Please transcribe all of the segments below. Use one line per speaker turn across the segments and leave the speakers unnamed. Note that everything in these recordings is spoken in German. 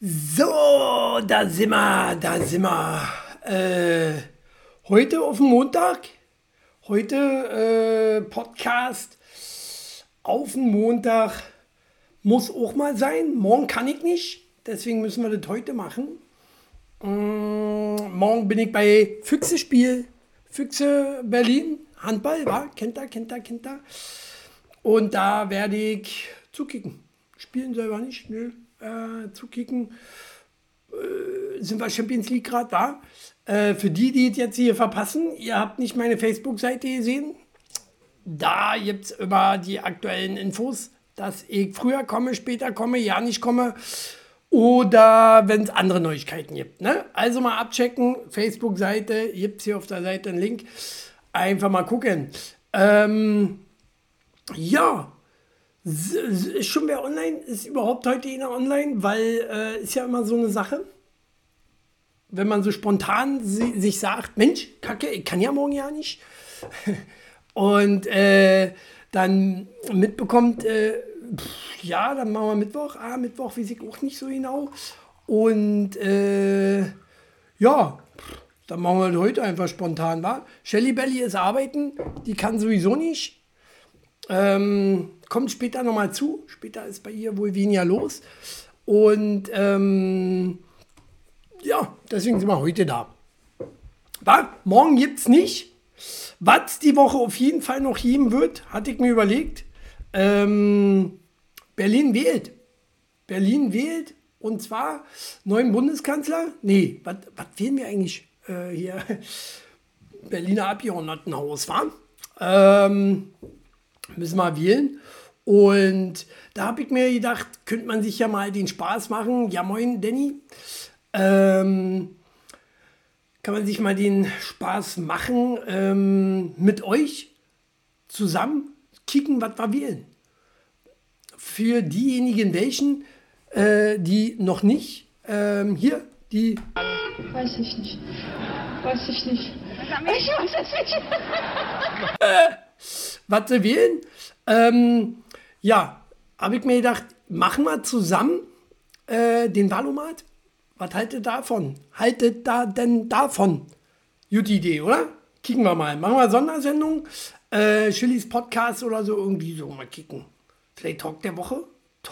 So, da sind wir. Heute auf dem Montag, heute Podcast auf dem Montag muss auch mal sein. Morgen kann ich nicht, deswegen müssen wir das heute machen. Morgen bin ich bei Füchse-Spiel, Füchse Berlin, Handball, wa? Kennt ihr? Und da werde ich zukicken. Spielen selber nicht, nö. Zukicken. Sind wir Champions League gerade da. Für die es jetzt hier verpassen, ihr habt nicht meine Facebook-Seite gesehen. Da gibt es immer die aktuellen Infos, dass ich früher komme, später komme, ja nicht komme. Oder wenn es andere Neuigkeiten gibt. Ne? Also mal abchecken, Facebook-Seite, gibt es hier auf der Seite einen Link. Einfach mal gucken. Ja. Ist schon wer online? Ist überhaupt heute einer online? Weil ist ja immer so eine Sache, wenn man so spontan sich sagt, Mensch, Kacke, ich kann ja morgen ja nicht. Und dann mitbekommt, ja, dann machen wir Mittwoch. Mittwoch weiß ich auch nicht so genau. Und ja, dann machen wir das heute einfach spontan, wa? Shelly Belly ist arbeiten, die kann sowieso nicht. Kommt später nochmal zu. Später ist bei ihr wohl weniger los. Und ja, deswegen sind wir heute da. Morgen gibt es nicht. Was die Woche auf jeden Fall noch geben wird, hatte ich mir überlegt. Berlin wählt. Berlin wählt. Und zwar neuen Bundeskanzler. Nee, was wählen wir eigentlich hier? Berliner Abgeordnetenhaus, wa? Müssen wir wählen. Und da habe ich mir gedacht, könnte man sich ja mal den Spaß machen. Ja, moin, Danny. Kann man sich mal den Spaß machen, mit euch zusammen kicken, was wir wählen. Für diejenigen welchen, die noch nicht, hier, die...
Weiß ich nicht. Ich weiß es nicht.
Was sie wählen. Ja, habe ich mir gedacht, machen wir zusammen den Wahlomat. Was haltet davon? Haltet da denn davon? Gute Idee, oder? Kicken wir mal. Machen wir Sondersendung. Chillis Podcast oder so, irgendwie so mal kicken. Vielleicht Talk der Woche?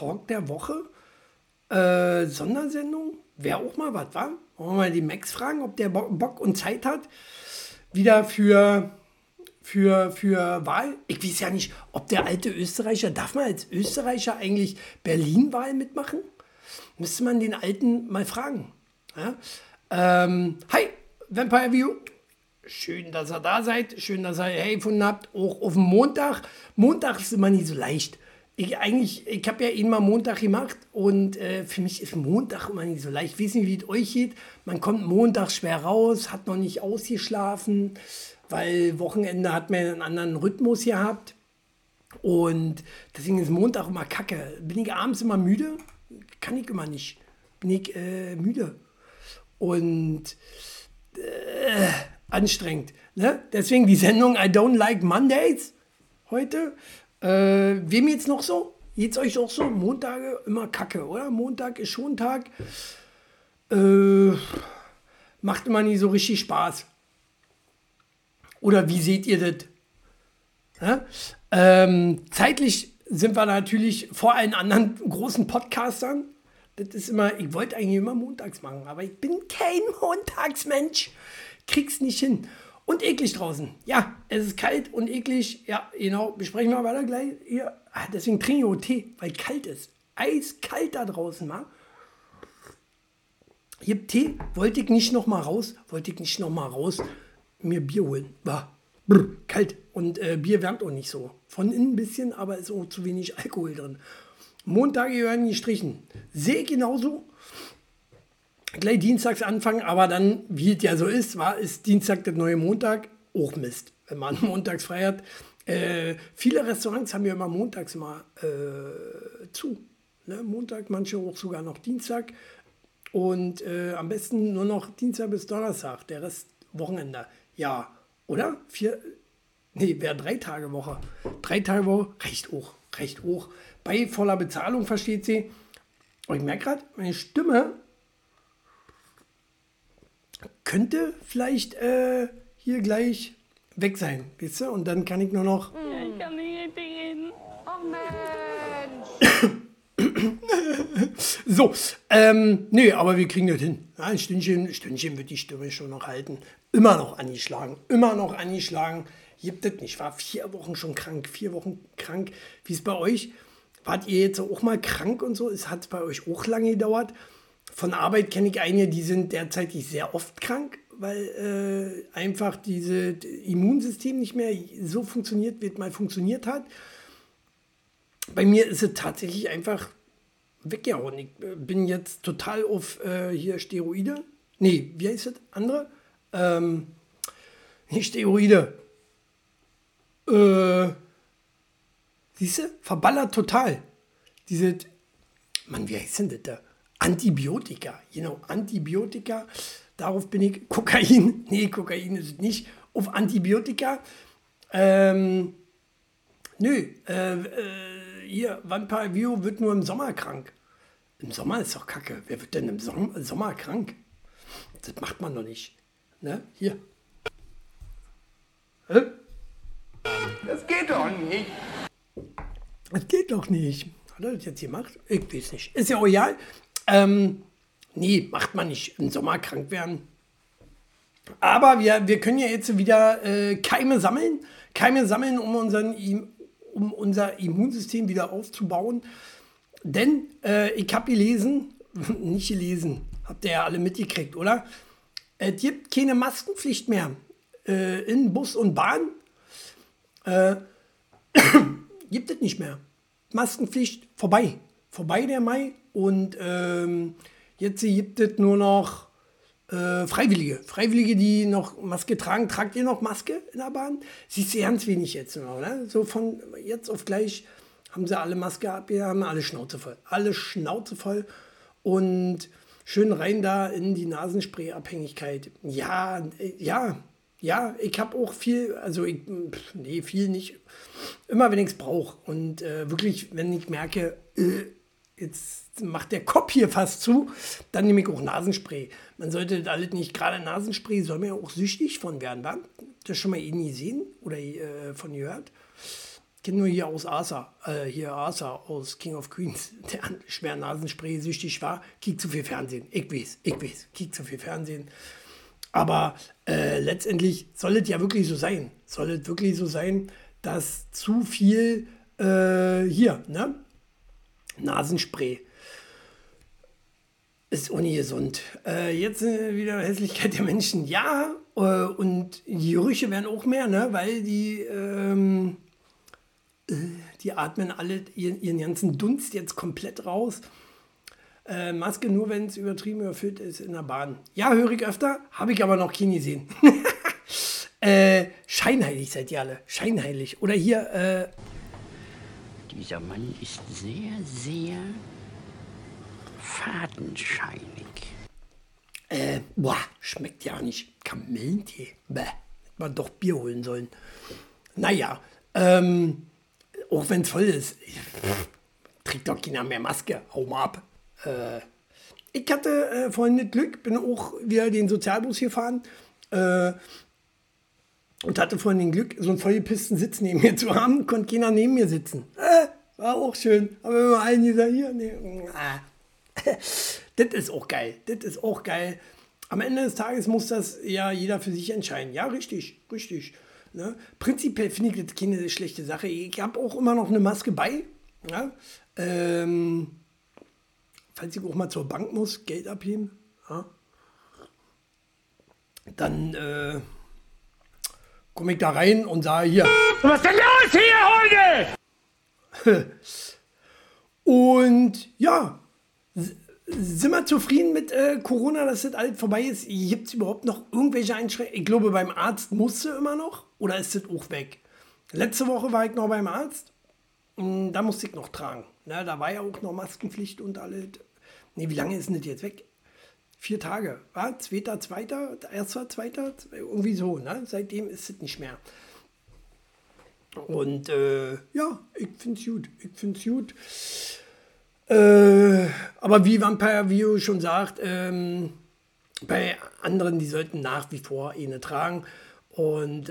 Sondersendung? Wäre auch mal was, wa? Wollen wir mal den Max fragen, ob der Bock und Zeit hat. Wieder für Wahl. Ich weiß ja nicht, ob der alte Österreicher, darf man als Österreicher eigentlich Berlin-Wahl mitmachen? Müsste man den Alten mal fragen. Ja? Hi, Vampire View. Schön, dass ihr da seid. Schön, dass ihr hergefunden habt. Auch auf dem Montag. Montag ist immer nicht so leicht. Ich habe ja mal Montag gemacht und für mich ist Montag immer nicht so leicht. Ich weiß nicht, wie es euch geht. Man kommt Montag schwer raus, hat noch nicht ausgeschlafen, weil Wochenende hat man einen anderen Rhythmus gehabt. Und deswegen ist Montag immer kacke. Bin ich abends immer müde? Kann ich immer nicht. Bin ich müde. Und anstrengend. Ne? Deswegen die Sendung I Don't Like Mondays heute. Wem jetzt noch so? Geht's euch auch so? Montage immer kacke, oder? Montag ist schon Tag. Macht immer nie so richtig Spaß. Oder wie seht ihr das? Ja? Zeitlich sind wir natürlich vor allen anderen großen Podcastern. Das ist immer, ich wollte eigentlich immer montags machen, aber ich bin kein Montagsmensch. Krieg's nicht hin. Und eklig draußen. Ja, es ist kalt und eklig. Ja, genau, besprechen wir weiter gleich. Hier. Deswegen trinke ich auch Tee, weil kalt ist. Eiskalt da draußen, ma. Hier Tee, wollte ich nicht noch mal raus, mir Bier holen. Kalt. Und Bier wärmt auch nicht so. Von innen ein bisschen, aber ist auch zu wenig Alkohol drin. Montage werden gestrichen. Sehe ich genauso. Gleich dienstags anfangen, aber dann, wie es ja so ist, ist Dienstag der neue Montag. Auch Mist, wenn man montags frei hat. Viele Restaurants haben ja immer montags mal zu. Ne? Montag, manche auch sogar noch Dienstag. Und am besten nur noch Dienstag bis Donnerstag, der Rest Wochenende. Ja, oder? Wäre 3 Tage Woche. 3 Tage Woche reicht auch. Bei voller Bezahlung, versteht sie. Oh, ich merke gerade, meine Stimme könnte vielleicht hier gleich weg sein, weißt du? Und dann kann ich nur noch...
Ja, ich kann nicht richtig reden.
Oh Mensch!
So, nö, aber wir kriegen das hin. Ja, ein Stündchen wird die Stimme schon noch halten. Immer noch angeschlagen. Gibt es nicht. Ich war 4 Wochen schon krank. 4 Wochen krank. Wie ist bei euch? Wart ihr jetzt auch mal krank und so? Es hat bei euch auch lange gedauert. Von Arbeit kenne ich einige, die sind derzeit sehr oft krank, weil einfach dieses Immunsystem nicht mehr so funktioniert, wie es mal funktioniert hat. Bei mir ist es tatsächlich einfach weggehauen. Ich bin jetzt total auf hier Steroide. Nee, wie heißt das? Andere? Nicht Steroide. Siehst du? Verballert total. Diese, Mann, wie heißt denn das da? Antibiotika. Genau, Antibiotika. Darauf bin ich. Kokain. Nee, Kokain ist es nicht. Auf Antibiotika. Hier, Vampire View wird nur im Sommer krank. Im Sommer ist doch kacke. Wer wird denn im Sommer krank? Das macht man doch nicht. Ne? Hier. Hä?
Das geht doch nicht.
Das geht doch nicht. Hat er das jetzt gemacht? Ich weiß nicht. Ist ja auch egal. Nee, macht man nicht. Im Sommer krank werden. Aber wir können ja jetzt wieder Keime sammeln. Um unser Immunsystem wieder aufzubauen. Denn ich habe nicht gelesen, habt ihr ja alle mitgekriegt, oder? Es gibt keine Maskenpflicht mehr in Bus und Bahn. Gibt es nicht mehr. Maskenpflicht vorbei. Vorbei der Mai. Und jetzt gibt es nur noch Freiwillige. Freiwillige, die noch Maske tragen. Tragt ihr noch Maske in der Bahn? Siehst du ganz wenig jetzt noch, oder? So von jetzt auf gleich haben sie alle Maske ab, haben alle Schnauze voll. Alle Schnauze voll. Und schön rein da in die Nasenspray-Abhängigkeit. Ja, ich habe auch viel, viel nicht. Immer wenn ich es brauche. Und wirklich, wenn ich merke, jetzt macht der Kopf hier fast zu, dann nehme ich auch Nasenspray. Man sollte das alles nicht, gerade Nasenspray soll man ja auch süchtig von werden, wa? Das schon mal nie gesehen oder von gehört? Ich kenne nur hier aus Arthur aus King of Queens, der an schwer Nasenspray süchtig war, kiegt zu viel Fernsehen. Ich weiß, kiegt zu viel Fernsehen. Aber letztendlich soll es ja wirklich so sein. Dass zu viel Nasenspray ist ungesund. Jetzt wieder Hässlichkeit der Menschen. Ja, und die Gerüche werden auch mehr, ne? Weil die atmen alle ihren ganzen Dunst jetzt komplett raus. Maske nur, wenn es übertrieben überfüllt ist in der Bahn. Ja, höre ich öfter, habe ich aber noch keinen gesehen. Scheinheilig seid ihr alle. Scheinheilig. Oder hier,
Dieser Mann ist sehr, sehr fadenscheinig.
Schmeckt ja nicht. Kamillentee. Bäh, hätte man doch Bier holen sollen. Naja, auch wenn es voll ist, trägt doch keiner mehr Maske. Hau mal ab. Ich hatte vorhin das Glück, bin auch wieder den Sozialbus gefahren und hatte vorhin den Glück, so einen vollgepissten Sitz neben mir zu haben, konnte keiner neben mir sitzen. War auch schön. Aber wenn man einen gesagt, hier, nee. Das ist auch geil. Am Ende des Tages muss das ja jeder für sich entscheiden. Ja, richtig. Ne? Prinzipiell finde ich das keine schlechte Sache. Ich habe auch immer noch eine Maske bei. Ja? Falls ich auch mal zur Bank muss, Geld abheben. Ja? Dann komme ich da rein und sage hier.
Was ist denn los hier heute?
Und ja, sind wir zufrieden mit Corona, dass das alles vorbei ist? Gibt es überhaupt noch irgendwelche Einschränkungen? Ich glaube, beim Arzt musste immer noch. Oder ist das auch weg? Letzte Woche war ich noch beim Arzt. Da musste ich noch tragen. Na, da war ja auch noch Maskenpflicht und alles. Nee, wie lange ist denn das jetzt weg? 4 Tage. War? 2., 2., irgendwie so. Ne? Seitdem ist es nicht mehr. Und ja, ich finde es gut. Aber wie Vampire View schon sagt, bei anderen, die sollten nach wie vor eine tragen. Und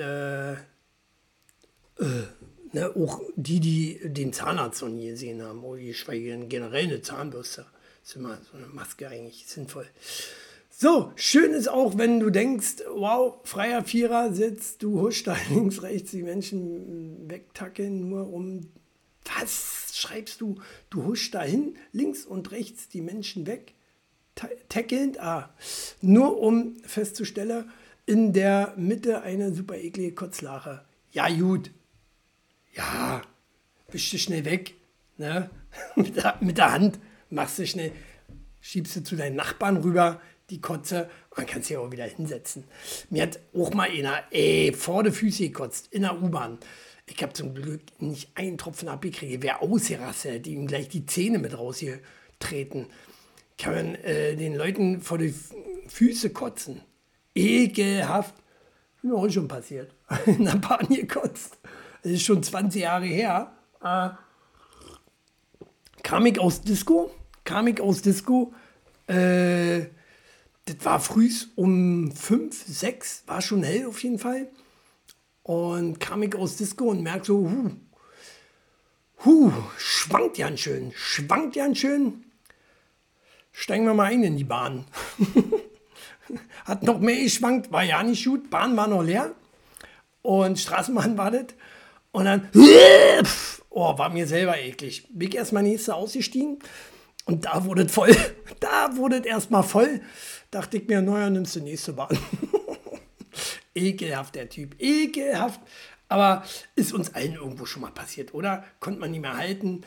auch die den Zahnarzt noch nie gesehen haben, oder geschweige denn generell eine Zahnbürste. Ist immer so eine Maske eigentlich sinnvoll. So, schön ist auch, wenn du denkst, wow, freier Vierer sitzt, du huschst da links, rechts die Menschen wegtackeln, nur um, was schreibst du? Du huschst dahin, links und rechts die Menschen weg, tackelnd, nur um festzustellen, in der Mitte eine super eklige Kotzlache. Ja, gut. Ja, wisch dich schnell weg, ne? mit der Hand machst du schnell, schiebst du zu deinen Nachbarn rüber, die Kotze, und kannst dich auch wieder hinsetzen. Mir hat auch mal einer, vor die Füße gekotzt, in der U-Bahn. Ich habe zum Glück nicht einen Tropfen abgekriegt. Wer ausgerastet, hätte ihm gleich die Zähne mit rausgetreten. Kann man den Leuten vor die Füße kotzen. Ekelhaft. Mir auch schon passiert. In der Bahn gekotzt. Das ist schon 20 Jahre her. Kam ich aus Disco. Das war früh um 5, 6, war schon hell auf jeden Fall. Und kam ich aus Disco und merke so, schwankt ganz schön. Steigen wir mal ein in die Bahn. Hat noch mehr geschwankt, war ja nicht gut. Bahn war noch leer. Und Straßenbahn war das. Und dann, war mir selber eklig. Bin ich erstmal nächste ausgestiegen. Und da wurde es voll. Erstmal voll. Dachte ich mir, naja, nimmst du die nächste Bahn. Ekelhaft, der Typ. Ekelhaft. Aber ist uns allen irgendwo schon mal passiert, oder? Konnte man nicht mehr halten.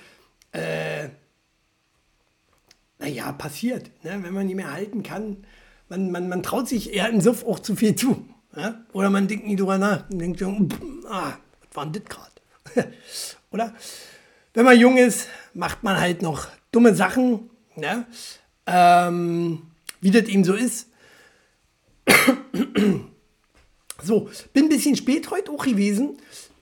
Passiert. Ne? Wenn man nicht mehr halten kann. Man traut sich eher im Suff auch zu viel zu. Ja? Oder man denkt nie drüber nach. Und denkt so, was war denn das gerade? Oder? Wenn man jung ist, macht man halt noch dumme Sachen. Ne? Wie das eben so ist. So, bin ein bisschen spät heute auch gewesen.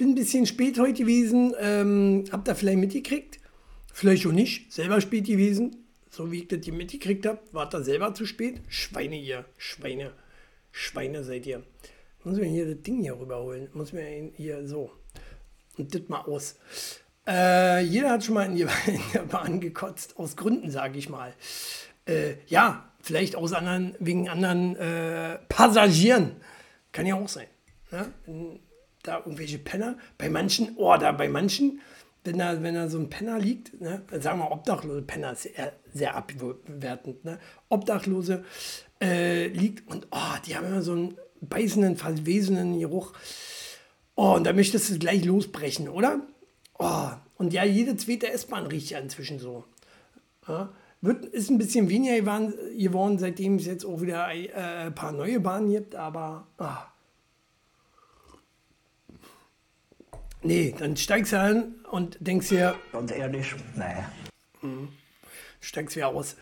Habt ihr vielleicht mitgekriegt? Vielleicht auch nicht. Selber spät gewesen. So wie ich das hier mitgekriegt habe, wart ihr selber zu spät. Schweine ihr. Schweine seid ihr. Muss mir hier das Ding hier rüberholen. Muss mir hier so. Und das mal aus. Jeder hat schon mal in der Bahn gekotzt. Aus Gründen, sage ich mal. Vielleicht wegen anderen Passagieren. Kann ja auch sein. Ne? Wenn da irgendwelche Penner, bei manchen, wenn da so ein Penner liegt, ne? Sagen wir obdachlose Penner, ist sehr abwertend, ne? Obdachlose liegt und die haben immer so einen beißenden, verwesenen Geruch. Und da möchtest du gleich losbrechen, oder? Und ja, jede zweite S-Bahn riecht ja inzwischen so. Ja? Ist ein bisschen weniger geworden, seitdem es jetzt auch wieder ein paar neue Bahnen gibt, aber nee, dann steigst du an und denkst dir...
Ganz ehrlich, naja.
Steigst wieder aus.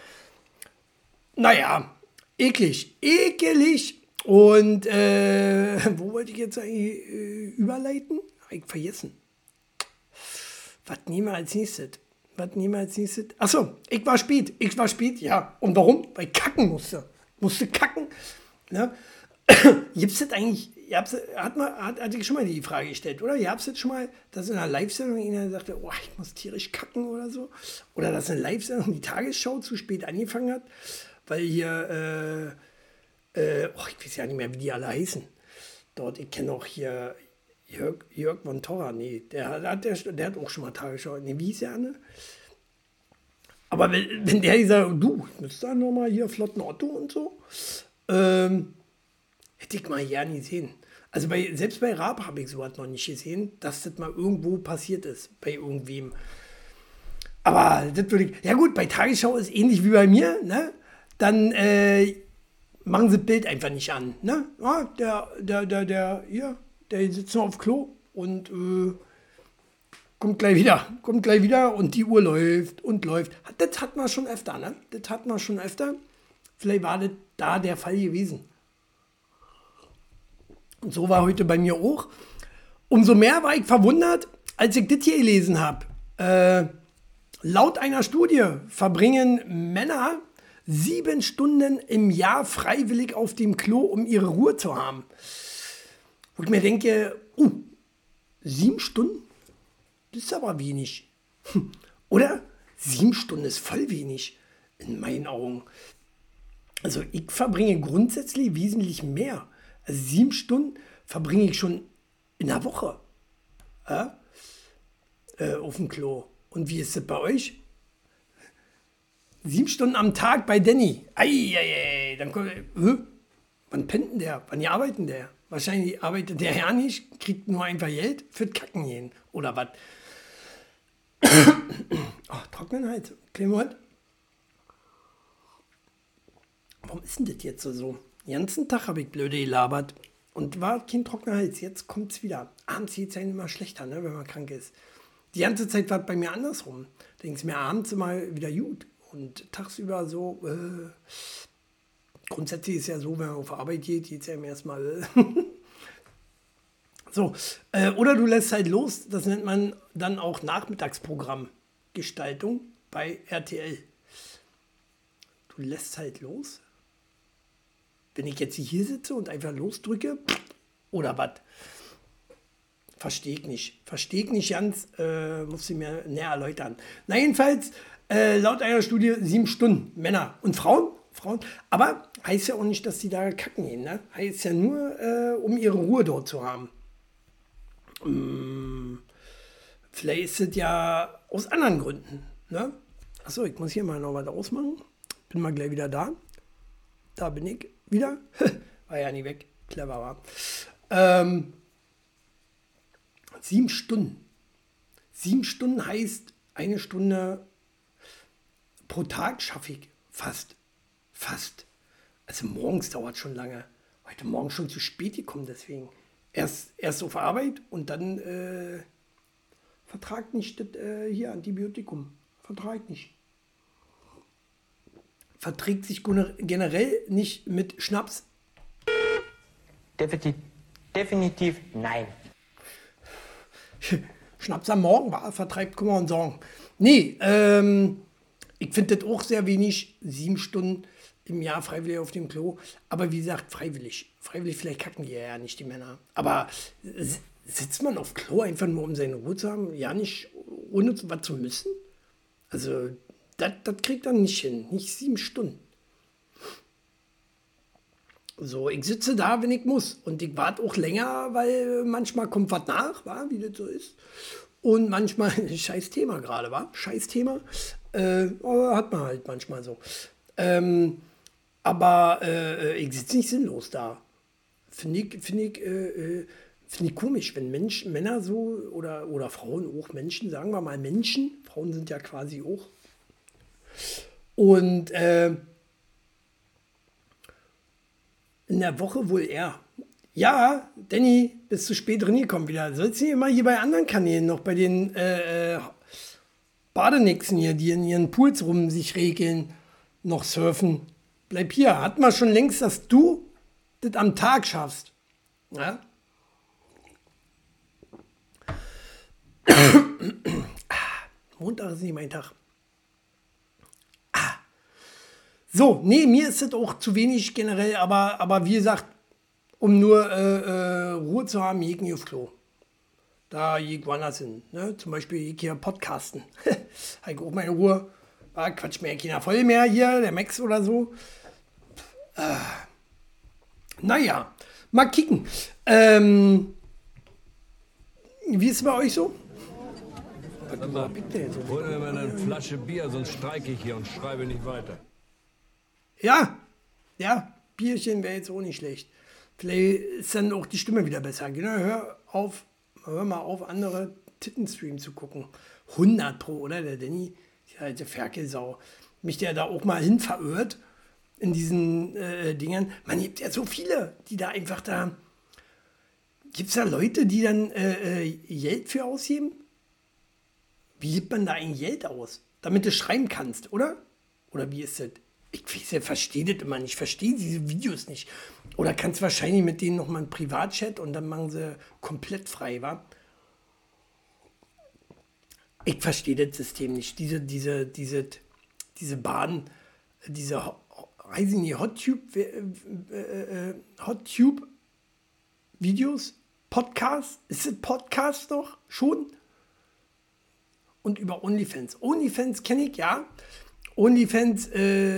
Naja, eklig. Und wo wollte ich jetzt eigentlich überleiten? Hab ich vergessen. Was nehmen wir als nächstes? Achso, ich war spät, ja. Und warum? Weil ich kacken musste. Musste kacken. Ne? Gibt's das eigentlich, hatte ich schon mal die Frage gestellt, oder? Ihr habt es jetzt schon mal, dass in einer Live-Sendung einer sagte, ich muss tierisch kacken oder so? Oder dass eine Live-Sendung, die Tagesschau, zu spät angefangen hat, weil hier, ich weiß ja nicht mehr, wie die alle heißen. Dort, ich kenne auch hier Jörg von Torra, nee, der hat auch schon mal Tagesschau, nee, wie hieß der andere? Aber wenn der sagt, du, ich müsste da nochmal hier flotten Otto und so, hätte ich mal gerne gesehen. Also selbst bei Raab habe ich sowas noch nicht gesehen, dass das mal irgendwo passiert ist, bei irgendwem. Aber das würde ich, ja gut, bei Tagesschau ist ähnlich wie bei mir, ne? Dann machen sie das Bild einfach nicht an, ne? Ja, der sitzt noch auf Klo und kommt gleich wieder und die Uhr läuft. Das hat man schon öfter, ne? Vielleicht war das da der Fall gewesen. Und so war heute bei mir auch. Umso mehr war ich verwundert, als ich das hier gelesen habe. Laut einer Studie verbringen Männer 7 Stunden im Jahr freiwillig auf dem Klo, um ihre Ruhe zu haben. Wo ich mir denke, 7 Stunden? Das ist aber wenig. Oder? 7 Stunden ist voll wenig, in meinen Augen. Also ich verbringe grundsätzlich wesentlich mehr. Also 7 Stunden verbringe ich schon in der Woche auf dem Klo. Und wie ist das bei euch? 7 Stunden am Tag bei Danny. Eieiei, dann kommt, wann pennt denn der? Wann arbeitet der? Wahrscheinlich arbeitet der ja nicht, kriegt nur einfach Geld für das Kacken gehen. Oder was? Trockenen Hals. Kleinen Moment. Warum ist denn das jetzt so? Den ganzen Tag habe ich blöde gelabert und war kein trockener Hals. Jetzt kommt es wieder. Abends geht es einem immer schlechter, ne, wenn man krank ist. Die ganze Zeit war es bei mir andersrum. Denkst mir abends immer wieder gut und tagsüber so. Grundsätzlich ist ja so, wenn man auf Arbeit geht es ja erstmal. So, oder du lässt halt los, das nennt man dann auch Nachmittagsprogrammgestaltung bei RTL. Du lässt halt los. Wenn ich jetzt hier sitze und einfach losdrücke, oder was? Verstehe ich nicht. Verstehe ich nicht ganz, muss sie mir näher erläutern. Na jedenfalls, laut einer Studie 7 Stunden, Männer und Frauen. Aber heißt ja auch nicht, dass die da kacken gehen. Ne? Heißt ja nur, um ihre Ruhe dort zu haben. Vielleicht ist es ja aus anderen Gründen. Ne? Achso, ich muss hier mal noch was ausmachen. Bin mal gleich wieder da. Da bin ich wieder. War ja nie weg. Clever war. 7 Stunden. 7 Stunden heißt 1 Stunde pro Tag schaffe ich fast. Also morgens dauert schon lange. Heute Morgen schon zu spät gekommen, deswegen. Erst auf Arbeit und dann vertragt nicht das hier Antibiotikum. Vertragt nicht. Verträgt sich generell nicht mit Schnaps.
Definitiv nein.
Schnaps am Morgen vertreibt Kummer und Sorgen. Nee, ich finde das auch sehr wenig. 7 Stunden im Jahr freiwillig auf dem Klo. Aber wie gesagt, freiwillig. Freiwillig, vielleicht kacken die ja nicht, die Männer. Aber sitzt man auf Klo einfach nur, um seine Ruhe zu haben? Ja, nicht ohne was zu müssen? Also, das kriegt dann nicht hin. Nicht 7 Stunden. So, ich sitze da, wenn ich muss. Und ich warte auch länger, weil manchmal kommt was nach, wie das so ist. Und manchmal, scheiß Thema gerade, scheiß Thema. Hat man halt manchmal so. Aber ich sitze nicht sinnlos da. Finde ich komisch, wenn Männer so oder Frauen auch Menschen, sagen wir mal Menschen, Frauen sind ja quasi auch. Und in der Woche wohl eher. Ja, Danny, bist zu spät drin gekommen wieder. Sollst du nicht immer hier bei anderen Kanälen noch bei den Badenixen hier, die in ihren Pools rum sich regeln, noch surfen. Bleib hier. Hatten wir schon längst, dass du das am Tag schaffst. Ja? Montag ist nicht mein Tag. So, nee, mir ist das auch zu wenig generell, aber wie gesagt, um nur Ruhe zu haben, gehe ich nicht aufs Klo. Da gehe ich woanders hin. Ne? Zum Beispiel gehe ich hier podcasten. Habe ich auch meine Ruhe. Quatsch mir keiner voll mehr hier, der Max oder so. Naja, mal kicken. Wie ist es bei euch so?
Hol mir mal eine Flasche Bier, sonst streike ich hier und schreibe nicht weiter.
Ja, Bierchen wäre jetzt auch nicht schlecht. Vielleicht ist dann auch die Stimme wieder besser. Genau, hör mal auf, andere Tittenstream zu gucken. 100 Pro, oder? Der Danny, die alte Ferkelsau. Mich der da auch mal hin verirrt in diesen Dingern. Man gibt ja so viele, die da einfach da. Gibt es da Leute, die dann Geld für ausgeben? Wie gibt man da eigentlich Geld aus? Damit du schreiben kannst, oder? Oder wie ist das? Ich verstehe das immer nicht. Ich verstehe diese Videos nicht. Oder kannst wahrscheinlich mit denen nochmal einen Privatchat und dann machen sie komplett frei, wa? Ich verstehe das System nicht. Diese Bahn, diese weiß ich nicht, Hot-Tube-Videos, Podcast, ist es Podcast noch schon? Und über OnlyFans. OnlyFans kenne ich, ja. OnlyFans,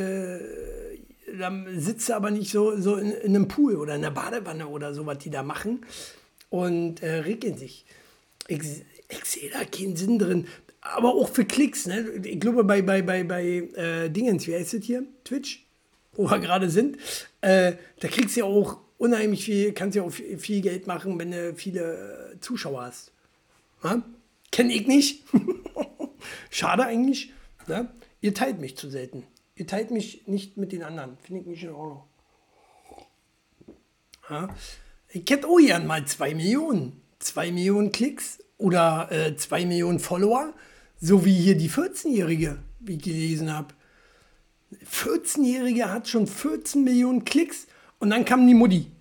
da sitzt du aber nicht so in einem Pool oder in einer Badewanne oder so, was die da machen und regeln sich. Ich sehe da keinen Sinn drin. Aber auch für Klicks, ne? Ich glaube, bei Dingens, wie heißt das hier? Twitch, wo wir gerade sind, da kriegst du ja auch unheimlich viel, kannst ja auch viel Geld machen, wenn du viele Zuschauer hast. Ja? Kenne ich nicht. Schade eigentlich. Ne? Ihr teilt mich zu selten. Ihr teilt mich nicht mit den anderen. Finde ich nicht in Ordnung. Ja? Ich hätte auch gern mal 2 Millionen. 2 Millionen Klicks oder 2 Millionen Follower. So wie hier die 14-Jährige, wie ich gelesen habe. 14-Jährige hat schon 14 Millionen Klicks und dann kam die Mutti.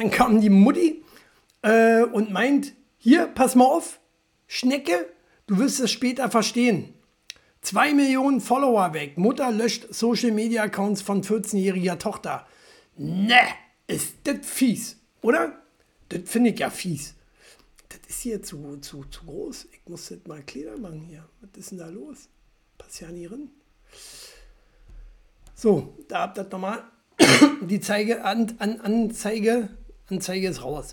Und meint, hier, pass mal auf, Schnecke, du wirst es später verstehen. 2 Millionen Follower weg. Mutter löscht Social-Media-Accounts von 14-jähriger Tochter. Ne, ist das fies, oder? Das finde ich ja fies. Das ist hier zu groß. Ich muss das mal kleiner machen hier. Was ist denn da los? Passt ja nicht rein. So, da habt ihr das nochmal. Die Anzeige ist raus.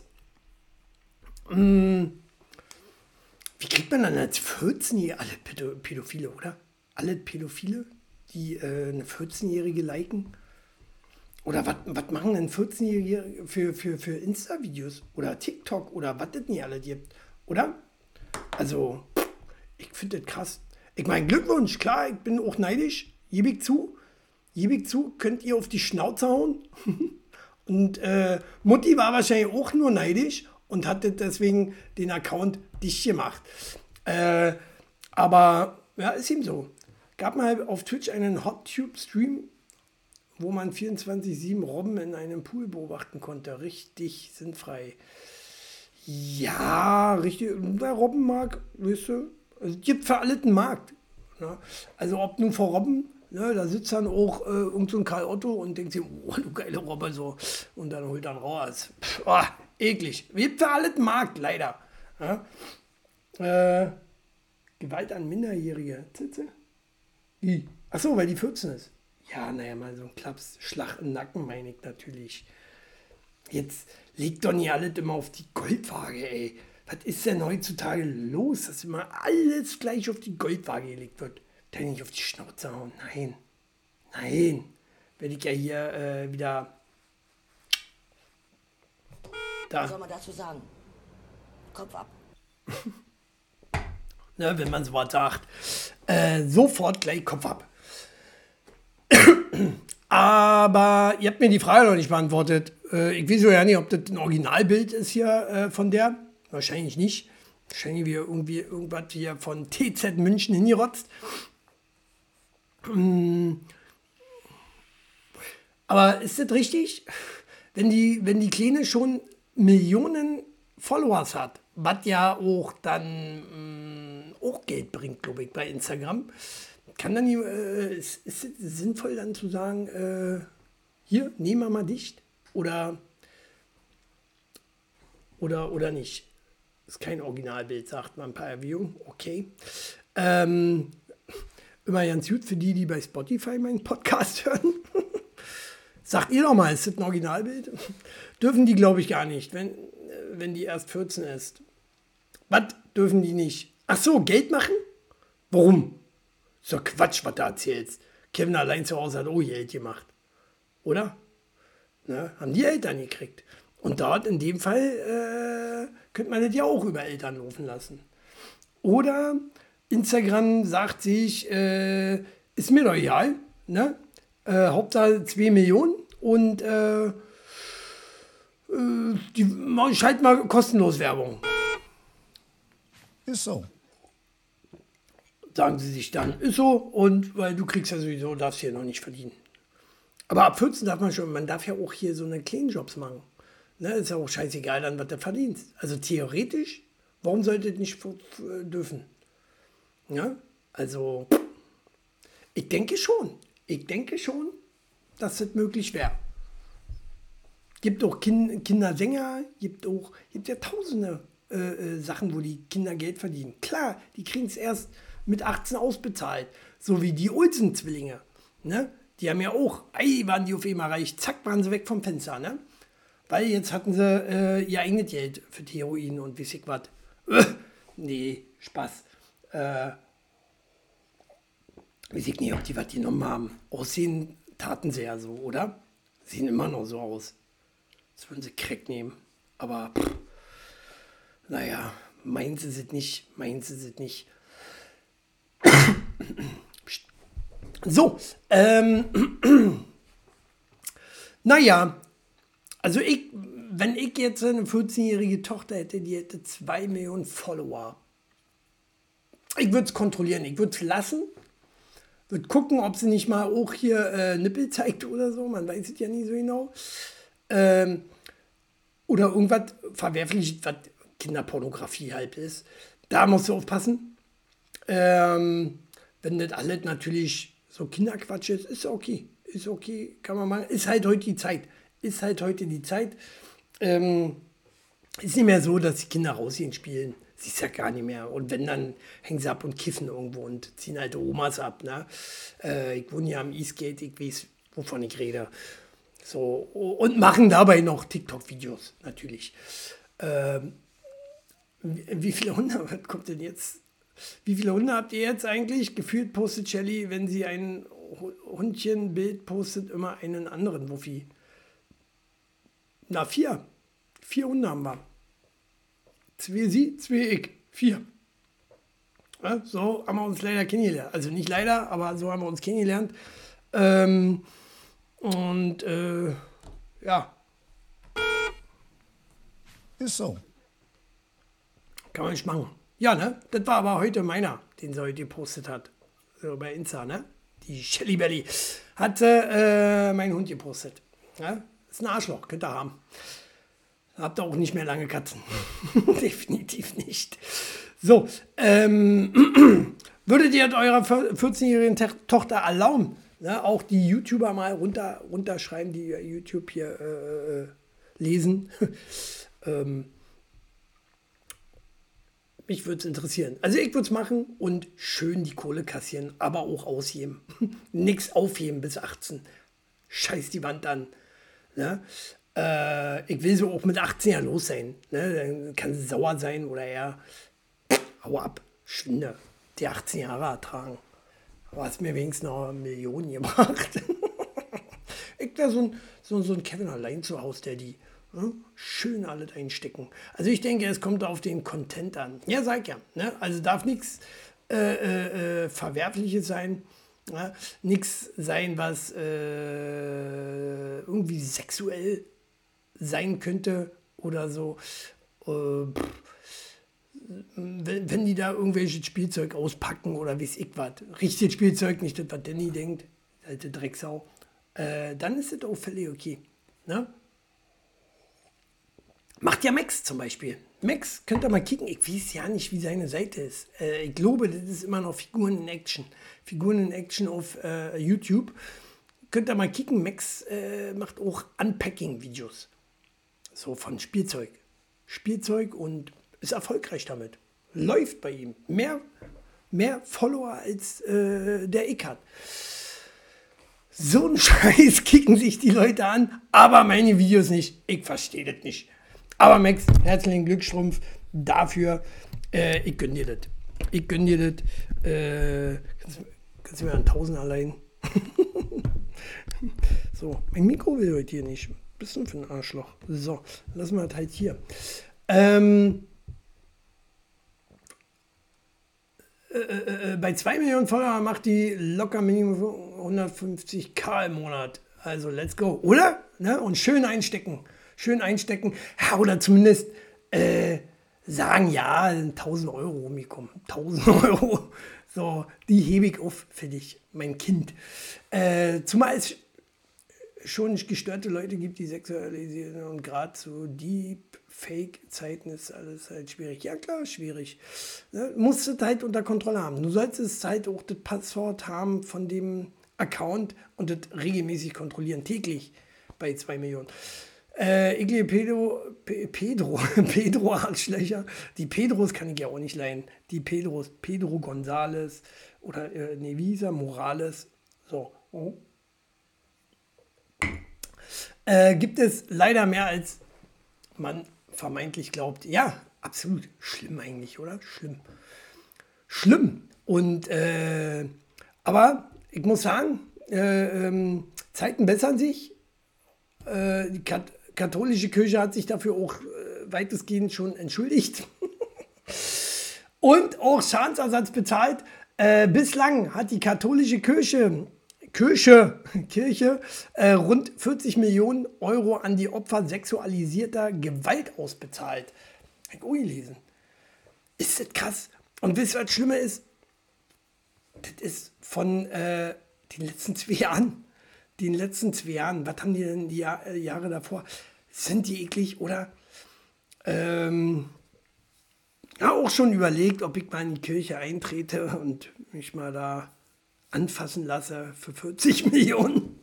Wie kriegt man dann als 14-Jährige, alle Pädophile, oder? Alle Pädophile, die eine 14-Jährige liken? Oder was machen denn 14-Jährige für Insta-Videos? Oder TikTok? Oder was das nicht alle gibt? Oder? Also, ich finde das krass. Ich meine, Glückwunsch, klar, ich bin auch neidisch. Gebe ich zu, könnt ihr auf die Schnauze hauen. Und Mutti war wahrscheinlich auch nur neidisch und hatte deswegen den Account dicht gemacht. Aber ja, ist ihm so. Gab mal auf Twitch einen Hot-Tube-Stream, wo man 24/7 Robben in einem Pool beobachten konnte. Richtig sinnfrei. Ja, richtig. Der Robbenmarkt, weißt du, also, es gibt für alles einen Markt. Ne? Also ob nun vor Robben, ne, da sitzt dann auch irgend so ein Karl Otto und denkt sich, oh, du geile Robbe, so. Und dann holt dann raus. Eklig. Es gibt für alles einen Markt, leider. Ja? Gewalt an Minderjährige. Zitze? Wie? Achso, weil die 14 ist. Ja, naja, mal so ein Klaps, Schlag im Nacken, meine ich natürlich. Jetzt legt doch nicht alles immer auf die Goldwaage, ey. Was ist denn heutzutage los, dass immer alles gleich auf die Goldwaage gelegt wird? Da nicht auf die Schnauze hauen. Nein. Werde ich ja hier wieder... Da.
Was soll man dazu sagen? Kopf ab.
Ne, wenn man so was sagt. Sofort gleich Kopf ab. Aber ihr habt mir die Frage noch nicht beantwortet. Ich weiß ja nicht, ob das ein Originalbild ist hier von der. Wahrscheinlich nicht. Wahrscheinlich wieder irgendwas hier von TZ München hingerotzt. Aber ist das richtig? Wenn die Kleine schon Millionen Followers hat, was ja auch dann auch Geld bringt, glaube ich, bei Instagram, kann dann ist es sinnvoll dann zu sagen, hier, nehmen wir mal dicht oder nicht? Ist kein Originalbild, sagt man per Erwägung, okay. Immer ganz gut für die bei Spotify meinen Podcast hören. Sagt ihr doch mal, ist das ein Originalbild? Dürfen die, glaube ich, gar nicht, wenn die erst 14 ist. Was dürfen die nicht? Ach so, Geld machen? Warum? Ist doch Quatsch, was du erzählst. Kevin allein zu Hause hat auch Geld gemacht. Oder? Ne? Haben die Eltern gekriegt. Und dort in dem Fall könnte man das ja auch über Eltern laufen lassen. Oder Instagram sagt sich, ist mir doch egal, ne? Hauptsache 2 Millionen und ich schalte mal kostenlos Werbung.
Ist so.
Sagen sie sich dann, ist so, und weil du kriegst ja sowieso, darfst hier noch nicht verdienen. Aber ab 14 darf man schon, man darf ja auch hier so eine kleinen Jobs machen. Ne, ist ja auch scheißegal dann, was du verdienst. Also theoretisch, warum sollte das nicht dürfen? Ja? Also, ich denke schon, dass das möglich wäre. Gibt auch Kindersänger, gibt ja tausende Sachen, wo die Kinder Geld verdienen. Klar, die kriegen es erst mit 18 ausbezahlt, so wie die Olsen-Zwillinge. Ne? Die haben ja auch, waren die auf einmal reich, zack, waren sie weg vom Fenster. Ne? Weil jetzt hatten sie ihr eigenes Geld für Heroin und weiß ich was. Nee, Spaß. Weiß ich nicht, ob die was genommen haben. Aussehen taten sie ja so, oder? Sehen immer noch so aus. Das würden sie Crack nehmen. Aber, naja, meins ist es nicht. So, naja, also wenn ich jetzt eine 14-jährige Tochter hätte, die hätte 2 Millionen Follower. Ich würde es kontrollieren, ich würde es lassen. Würde gucken, ob sie nicht mal auch hier Nippel zeigt oder so, man weiß es ja nie so genau. Oder irgendwas Verwerfliches, was Kinderpornografie halt ist. Da musst du aufpassen. Wenn das alles natürlich so Kinderquatsch ist okay. Ist okay, kann man machen. Ist halt heute die Zeit. Ist nicht mehr so, dass die Kinder rausgehen spielen. Siehst ja gar nicht mehr. Und wenn, dann hängen sie ab und kiffen irgendwo und ziehen alte Omas ab. Ne? Ich wohne ja am Eastgate, ich weiß, wovon ich rede. So, und machen dabei noch TikTok-Videos, natürlich. Wie viele Hunde, was kommt denn jetzt? Wie viele Hunde habt ihr jetzt eigentlich? Gefühlt postet Shelly, wenn sie ein Hundchenbild postet, immer einen anderen Wuffi. Na, 4. 4 Hunde haben wir. 2 sie, 2 ich. 4. Ja, so haben wir uns leider kennengelernt. Also nicht leider, aber so haben wir uns kennengelernt. Ja.
Ist so.
Kann man nicht machen. Ja, ne? Das war aber heute meiner, den sie heute gepostet hat. So bei Insta, ne? Die Shelly Belly. Hat mein Hund gepostet. Ja? Ist ein Arschloch, könnt ihr haben. Habt ihr auch nicht mehr lange Katzen. Definitiv nicht. So, würdet ihr eurer 14-jährigen Tochter erlauben, ne, auch die YouTuber mal runterschreiben, die YouTube hier lesen? Mich würde es interessieren. Also ich würde es machen und schön die Kohle kassieren, aber auch ausheben. Nichts aufheben bis 18. Scheiß die Wand an. Ne? Ich will so auch mit 18 Jahren los sein. Ne? Dann kann sie sauer sein oder eher, hau ab, schwinde, die 18 Jahre ertragen. Aber hast mir wenigstens noch 1 Million gebracht. Ich wäre so ein Kevin allein zu Hause, der die schön alles einstecken. Also ich denke, es kommt auf den Content an. Ja, sag ja. Ne? Also darf nichts Verwerfliches sein. Ja? Nichts sein, was irgendwie sexuell sein könnte oder so. Wenn die da irgendwelches Spielzeug auspacken oder weiß ich was, richtiges Spielzeug, nicht das, was Danny denkt, alte Drecksau, dann ist das auch völlig okay. Ne? Macht ja Max zum Beispiel. Max, könnt ihr mal kicken, ich weiß ja nicht, wie seine Seite ist. Ich glaube, das ist immer noch Figuren in Action. Figuren in Action auf YouTube. Könnt ihr mal kicken, Max macht auch Unpacking-Videos. So von Spielzeug. Und ist erfolgreich damit. Läuft bei ihm. Mehr Follower als der Ick hat. So einen Scheiß kicken sich die Leute an, aber meine Videos nicht. Ich verstehe das nicht. Aber Max, herzlichen Glückstrumpf dafür. Ich gönn dir das. Kannst du mir einen 1000 allein? So, mein Mikro will heute hier nicht. Bisschen für ein Arschloch. So, lassen wir das halt hier. Bei 2 Millionen Follower macht die locker Minimum 150.000 im Monat. Also let's go, oder? Ne? Und schön einstecken. Ja, oder zumindest sagen, ja, 1.000 Euro rumgekommen. 1.000 Euro. So, die hebe ich auf für dich, mein Kind. Zumal es schon gestörte Leute gibt, die sexualisieren und gerade zu Deep Fake-Zeiten ist alles halt schwierig. Ja klar, schwierig. Ne? Musst du halt unter Kontrolle haben. Du solltest halt auch das Passwort haben von dem Account und das regelmäßig kontrollieren, täglich bei 2 Millionen. Ich liebe Pedro-Arschlöcher. Die Pedros kann ich ja auch nicht leiden. Die Pedro González oder wie hieß er? Morales. So. Oh. Gibt es leider mehr, als man vermeintlich glaubt. Ja, absolut. Schlimm eigentlich, oder? Schlimm. Und, aber ich muss sagen, Zeiten bessern sich. Die katholische Kirche hat sich dafür auch weitestgehend schon entschuldigt. Und auch Schadensersatz bezahlt. Bislang hat die katholische Kirche rund 40 Millionen Euro an die Opfer sexualisierter Gewalt ausbezahlt. Habe ich auch gelesen. Ist das krass? Und wisst ihr, was Schlimmer ist? Das ist von den letzten 2 Jahren. Was haben die denn die Jahre davor? Sind die eklig oder? Auch schon überlegt, ob ich mal in die Kirche eintrete und mich mal da anfassen lasse für 40 Millionen.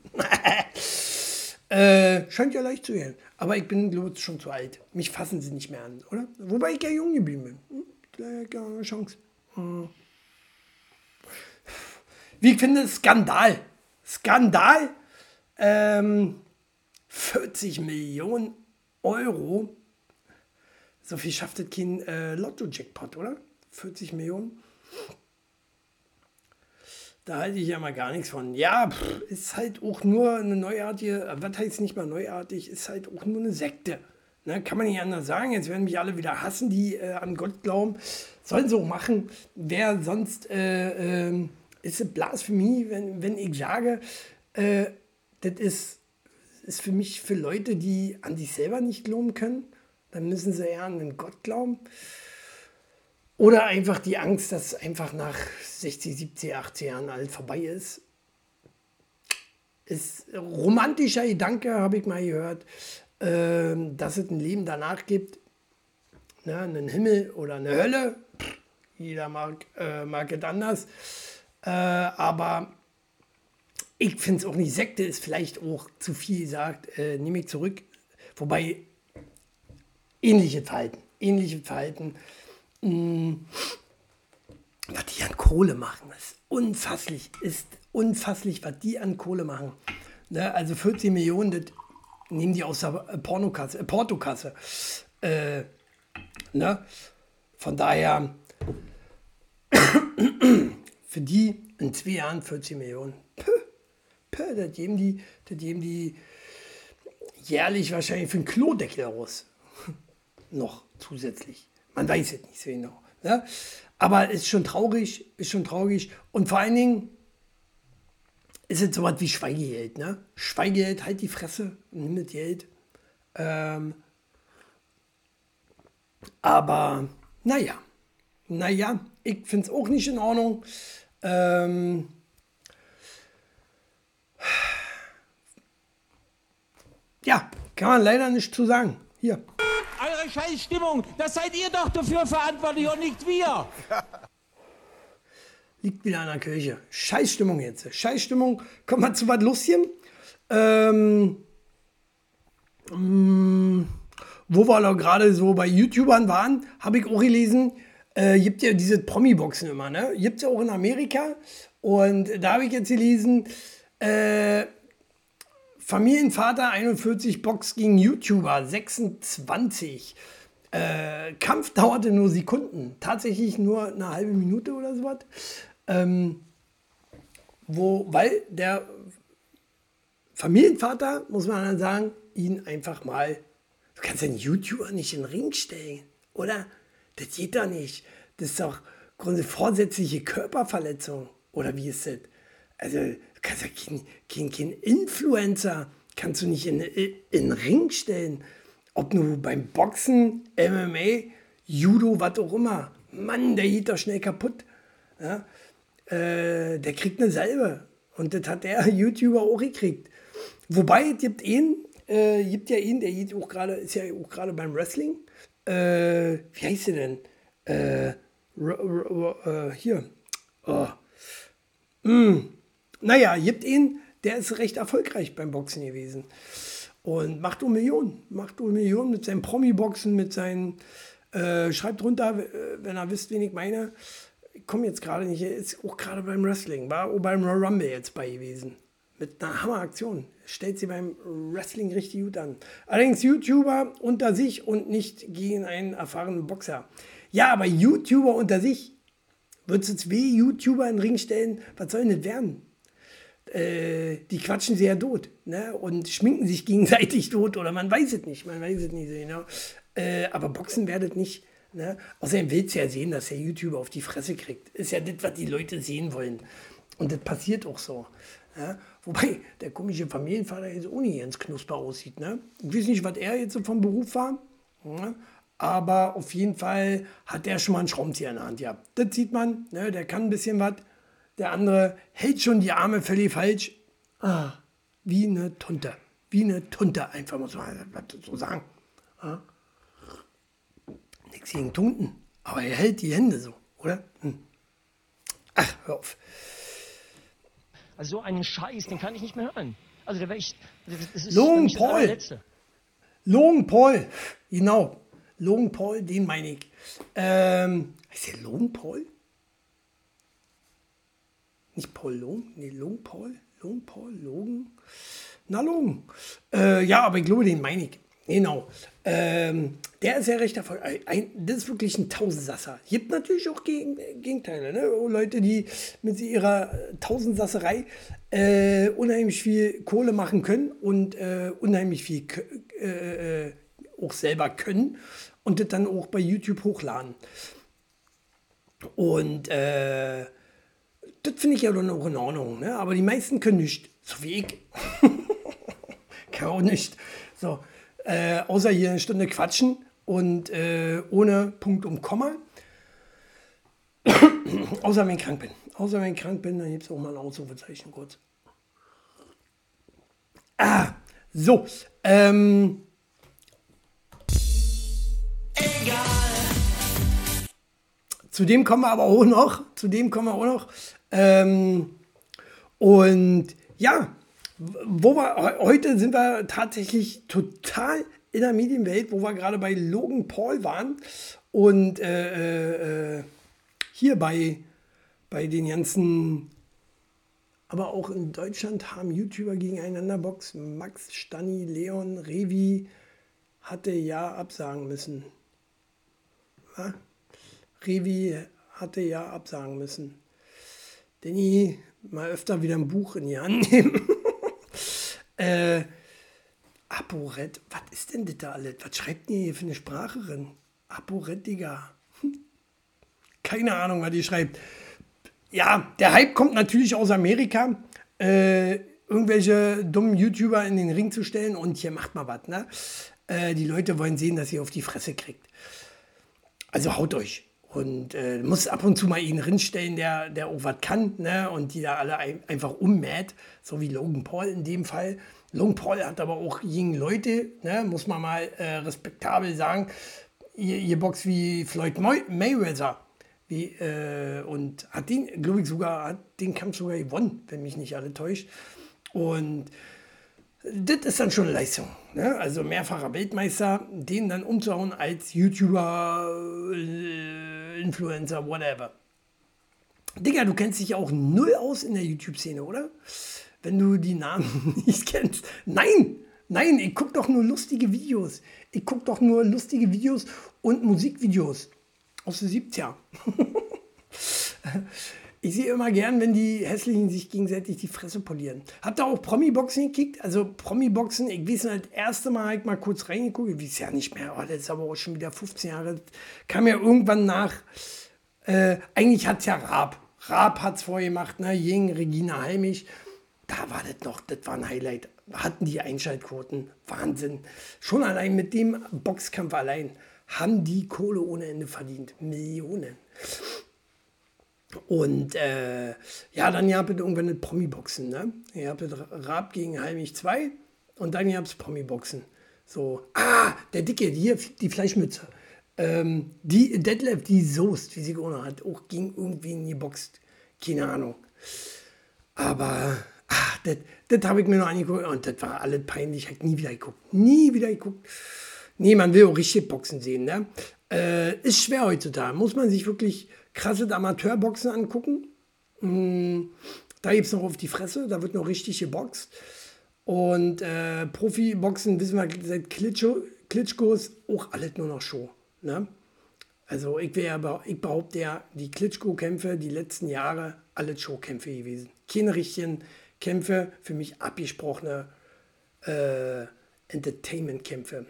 Scheint ja leicht zu gehen. Aber ich bin, glaube ich, schon zu alt. Mich fassen sie nicht mehr an, oder? Wobei ich ja jung geblieben bin. Keine Chance. Wie ich finde, Skandal. 40 Millionen Euro. So viel schafft das kein Lotto-Jackpot, oder? 40 Millionen. Da halte ich ja mal gar nichts von. Ja, ist halt auch nur eine neuartige, was heißt nicht mal neuartig, ist halt auch nur eine Sekte. Ne, kann man nicht anders sagen. Jetzt werden mich alle wieder hassen, die an Gott glauben. Sollen sie auch machen. Wer sonst ist es Blasphemie, wenn ich sage, das ist für mich für Leute, die an sich selber nicht glauben können. Dann müssen sie eher an den Gott glauben. Oder einfach die Angst, dass einfach nach 60, 70, 80 Jahren alt vorbei ist. Ist ein romantischer Gedanke, habe ich mal gehört, dass es ein Leben danach gibt. Ne, einen Himmel oder eine Hölle. Jeder mag es anders. Aber ich finde es auch nicht. Sekte ist vielleicht auch zu viel gesagt. Nehme ich zurück. Wobei ähnliche Verhalten. Was die an Kohle machen, ist unfasslich, was die an Kohle machen. Ne, also 40 Millionen, das nehmen die aus der Portokasse. Ne? Von daher, für die in 2 Jahren 40 Millionen. Das geben die jährlich wahrscheinlich für einen Klodeckel aus. Noch zusätzlich. Man weiß es nicht so genau. Ne? Aber ist schon traurig. Und vor allen Dingen ist es sowas wie Schweigegeld. Ne? Schweigegeld, halt die Fresse, nimm das Geld. Aber naja, ich finde es auch nicht in Ordnung. Ja, kann man leider nicht zu sagen. Hier.
Eure Scheißstimmung, das seid ihr doch dafür verantwortlich und nicht wir.
Liegt wieder an der Kirche. Scheißstimmung jetzt. Scheißstimmung. Kommt mal zu was Lustigem. Wo wir noch gerade so bei YouTubern waren, habe ich auch gelesen, gibt ja diese Promi-Boxen immer, ne? Gibt es ja auch in Amerika. Und da habe ich jetzt gelesen, Familienvater 41 Box gegen YouTuber 26. Kampf dauerte nur Sekunden. Tatsächlich nur eine halbe Minute oder sowas. Weil der Familienvater, muss man dann sagen, ihn einfach mal, du kannst einen YouTuber nicht in den Ring stellen, oder? Das geht doch nicht. Das ist doch vorsätzliche Körperverletzung. Oder wie ist das? Also, du kannst ja kein Influencer, kannst du nicht in den Ring stellen. Ob nur beim Boxen, MMA, Judo, was auch immer. Mann, der geht doch schnell kaputt. Ja? Der kriegt eine Salbe. Und das hat der YouTuber auch gekriegt. Wobei, es gibt gibt ja ihn, der geht auch gerade, ist ja auch gerade beim Wrestling. Wie heißt der denn? Hier. Oh. Naja, gibt ihn, der ist recht erfolgreich beim Boxen gewesen. Und macht Millionen mit seinen Promi-Boxen, mit seinen, schreibt runter, wenn ihr wisst, wen ich meine. Ich komme jetzt gerade nicht, er ist auch gerade beim Wrestling, war auch beim Royal Rumble jetzt bei gewesen. Mit einer Hammeraktion. Stellt sie beim Wrestling richtig gut an. Allerdings YouTuber unter sich und nicht gegen einen erfahrenen Boxer. Ja, aber YouTuber unter sich, wird es 2 YouTuber in den Ring stellen, was soll denn das werden? Die quatschen sie ja tot, ne? Und schminken sich gegenseitig tot oder man weiß es nicht, genau. Aber Boxen werdet nicht, ne? Außerdem willst du ja sehen, dass der YouTuber auf die Fresse kriegt. Ist ja das, was die Leute sehen wollen. Und das passiert auch so. Ja? Wobei der komische Familienvater jetzt auch nicht ganz knusper aussieht, ne? Ich weiß nicht, was er jetzt so vom Beruf war, ne? Aber auf jeden Fall hat der schon mal einen Schraubenzieher in der Hand, ja. Das sieht man, ne? Der kann ein bisschen was. Der andere hält schon die Arme völlig falsch. Wie eine Tunte. Wie eine Tunte, einfach muss man so sagen. Ja. Nichts gegen Tunten, aber er hält die Hände so, oder? Ach, hör auf.
Also so einen Scheiß, den kann ich nicht mehr hören. Also da wäre ich. Das ist
Logan
für mich das
Paul.
allerletzte.
Logan Paul, genau. Logan Paul, den meine ich. Ist der Logan Paul? Nicht Paul Logan? Nee, Logan Paul? Logan Paul? Logan? Na, Logan. Ja, aber ich glaube, den meine ich. Genau. Der ist ja recht erfolgreich. Das ist wirklich ein Tausendsasser. Gibt natürlich auch Gegenteile. Ne? Leute, die mit ihrer Tausendsasserei unheimlich viel Kohle machen können und unheimlich viel auch selber können und das dann auch bei YouTube hochladen. Und das finde ich ja dann auch in Ordnung. Ne? Aber die meisten können nicht. So wie ich. Kann auch nicht. So. Außer hier eine Stunde quatschen und ohne Punkt und Komma. Außer wenn ich krank bin. Dann gibt es auch mal ein Ausrufezeichen kurz. So. Zu dem kommen wir aber auch noch. Und ja, heute sind wir tatsächlich total in der Medienwelt, wo wir gerade bei Logan Paul waren und hier bei den ganzen, aber auch in Deutschland haben YouTuber gegeneinander boxen. Max, Stani, Leon, Revi hatte ja absagen müssen. Ja? Revi hatte ja absagen müssen. Danny, mal öfter wieder ein Buch in die Hand nehmen. ApoRed, was ist denn das da alles? Was schreibt ihr hier für eine Spracherin? ApoRed, Digga. Keine Ahnung, was die schreibt. Ja, der Hype kommt natürlich aus Amerika. Irgendwelche dummen YouTuber in den Ring zu stellen und hier macht mal was, ne? Die Leute wollen sehen, dass ihr auf die Fresse kriegt. Also haut euch. Und muss ab und zu mal ihn rinstellen, der auch was kann, ne? Und die da alle einfach ummäht, so wie Logan Paul in dem Fall. Logan Paul hat aber auch gegen Leute, ne? Muss man mal respektabel sagen, ihr Box wie Floyd Mayweather. Und hat den, glaube ich, hat den Kampf sogar gewonnen, wenn mich nicht alle täuscht. Und das ist dann schon eine Leistung. Ne? Also mehrfacher Weltmeister, den dann umzuhauen als YouTuber, Influencer, whatever. Digga, du kennst dich auch null aus in der YouTube-Szene, oder? Wenn du die Namen nicht kennst. Nein, ich gucke doch nur lustige Videos. Und Musikvideos aus den 70er. Ich sehe immer gern, wenn die Hässlichen sich gegenseitig die Fresse polieren. Habt ihr auch Promi-Boxen gekickt? Also Promi-Boxen, ich weiß nicht, das erste Mal habe ich mal kurz reingeguckt, ich weiß ja nicht mehr, das ist aber auch schon wieder 15 Jahre, das kam ja irgendwann nach, eigentlich hat es ja Raab hat es vorher gemacht, ne? Gegen Regina Halmich, da war das noch, das war ein Highlight, hatten die Einschaltquoten, Wahnsinn. Schon allein mit dem Boxkampf allein haben die Kohle ohne Ende verdient, Millionen. Und ja, dann habt ihr irgendwann das Promi-Boxen, ne? Ihr habt Raab gegen Halmich 2 Und dann gab es Promi-Boxen. So, der Dicke, hier, die Fleischmütze. Die Detlef, die Soest, wie sie gewonnen hat, auch ging irgendwie in die Box. Keine Ahnung. Aber, das habe ich mir noch angeguckt und das war alles peinlich. Ich habe nie wieder geguckt. Nee, man will auch richtig Boxen sehen, ne? Ist schwer heutzutage. Muss man sich wirklich krasse Amateurboxen angucken. Da gibt es noch auf die Fresse, da wird noch richtig geboxt. Und Profiboxen, wissen wir seit Klitschkos, auch alles nur noch Show. Ne? Also ich behaupte ja, die Klitschko-Kämpfe, die letzten Jahre, alles Showkämpfe gewesen. Keine richtigen Kämpfe, für mich abgesprochene Entertainment-Kämpfe.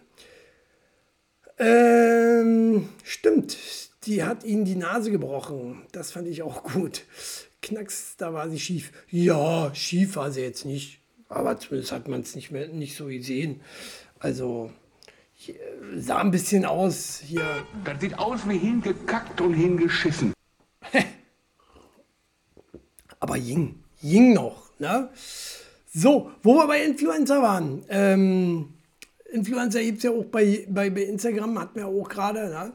Stimmt, die hat ihnen die Nase gebrochen. Das fand ich auch gut. Knacks, da war sie schief. Ja, schief war sie jetzt nicht. Aber zumindest hat man es nicht so gesehen. Also, sah ein bisschen aus hier.
Das sieht aus wie hingekackt und hingeschissen.
Aber ging noch, ne? So, wo wir bei Influencer waren. Influencer gibt es ja auch bei Instagram, hatten wir auch gerade, ne?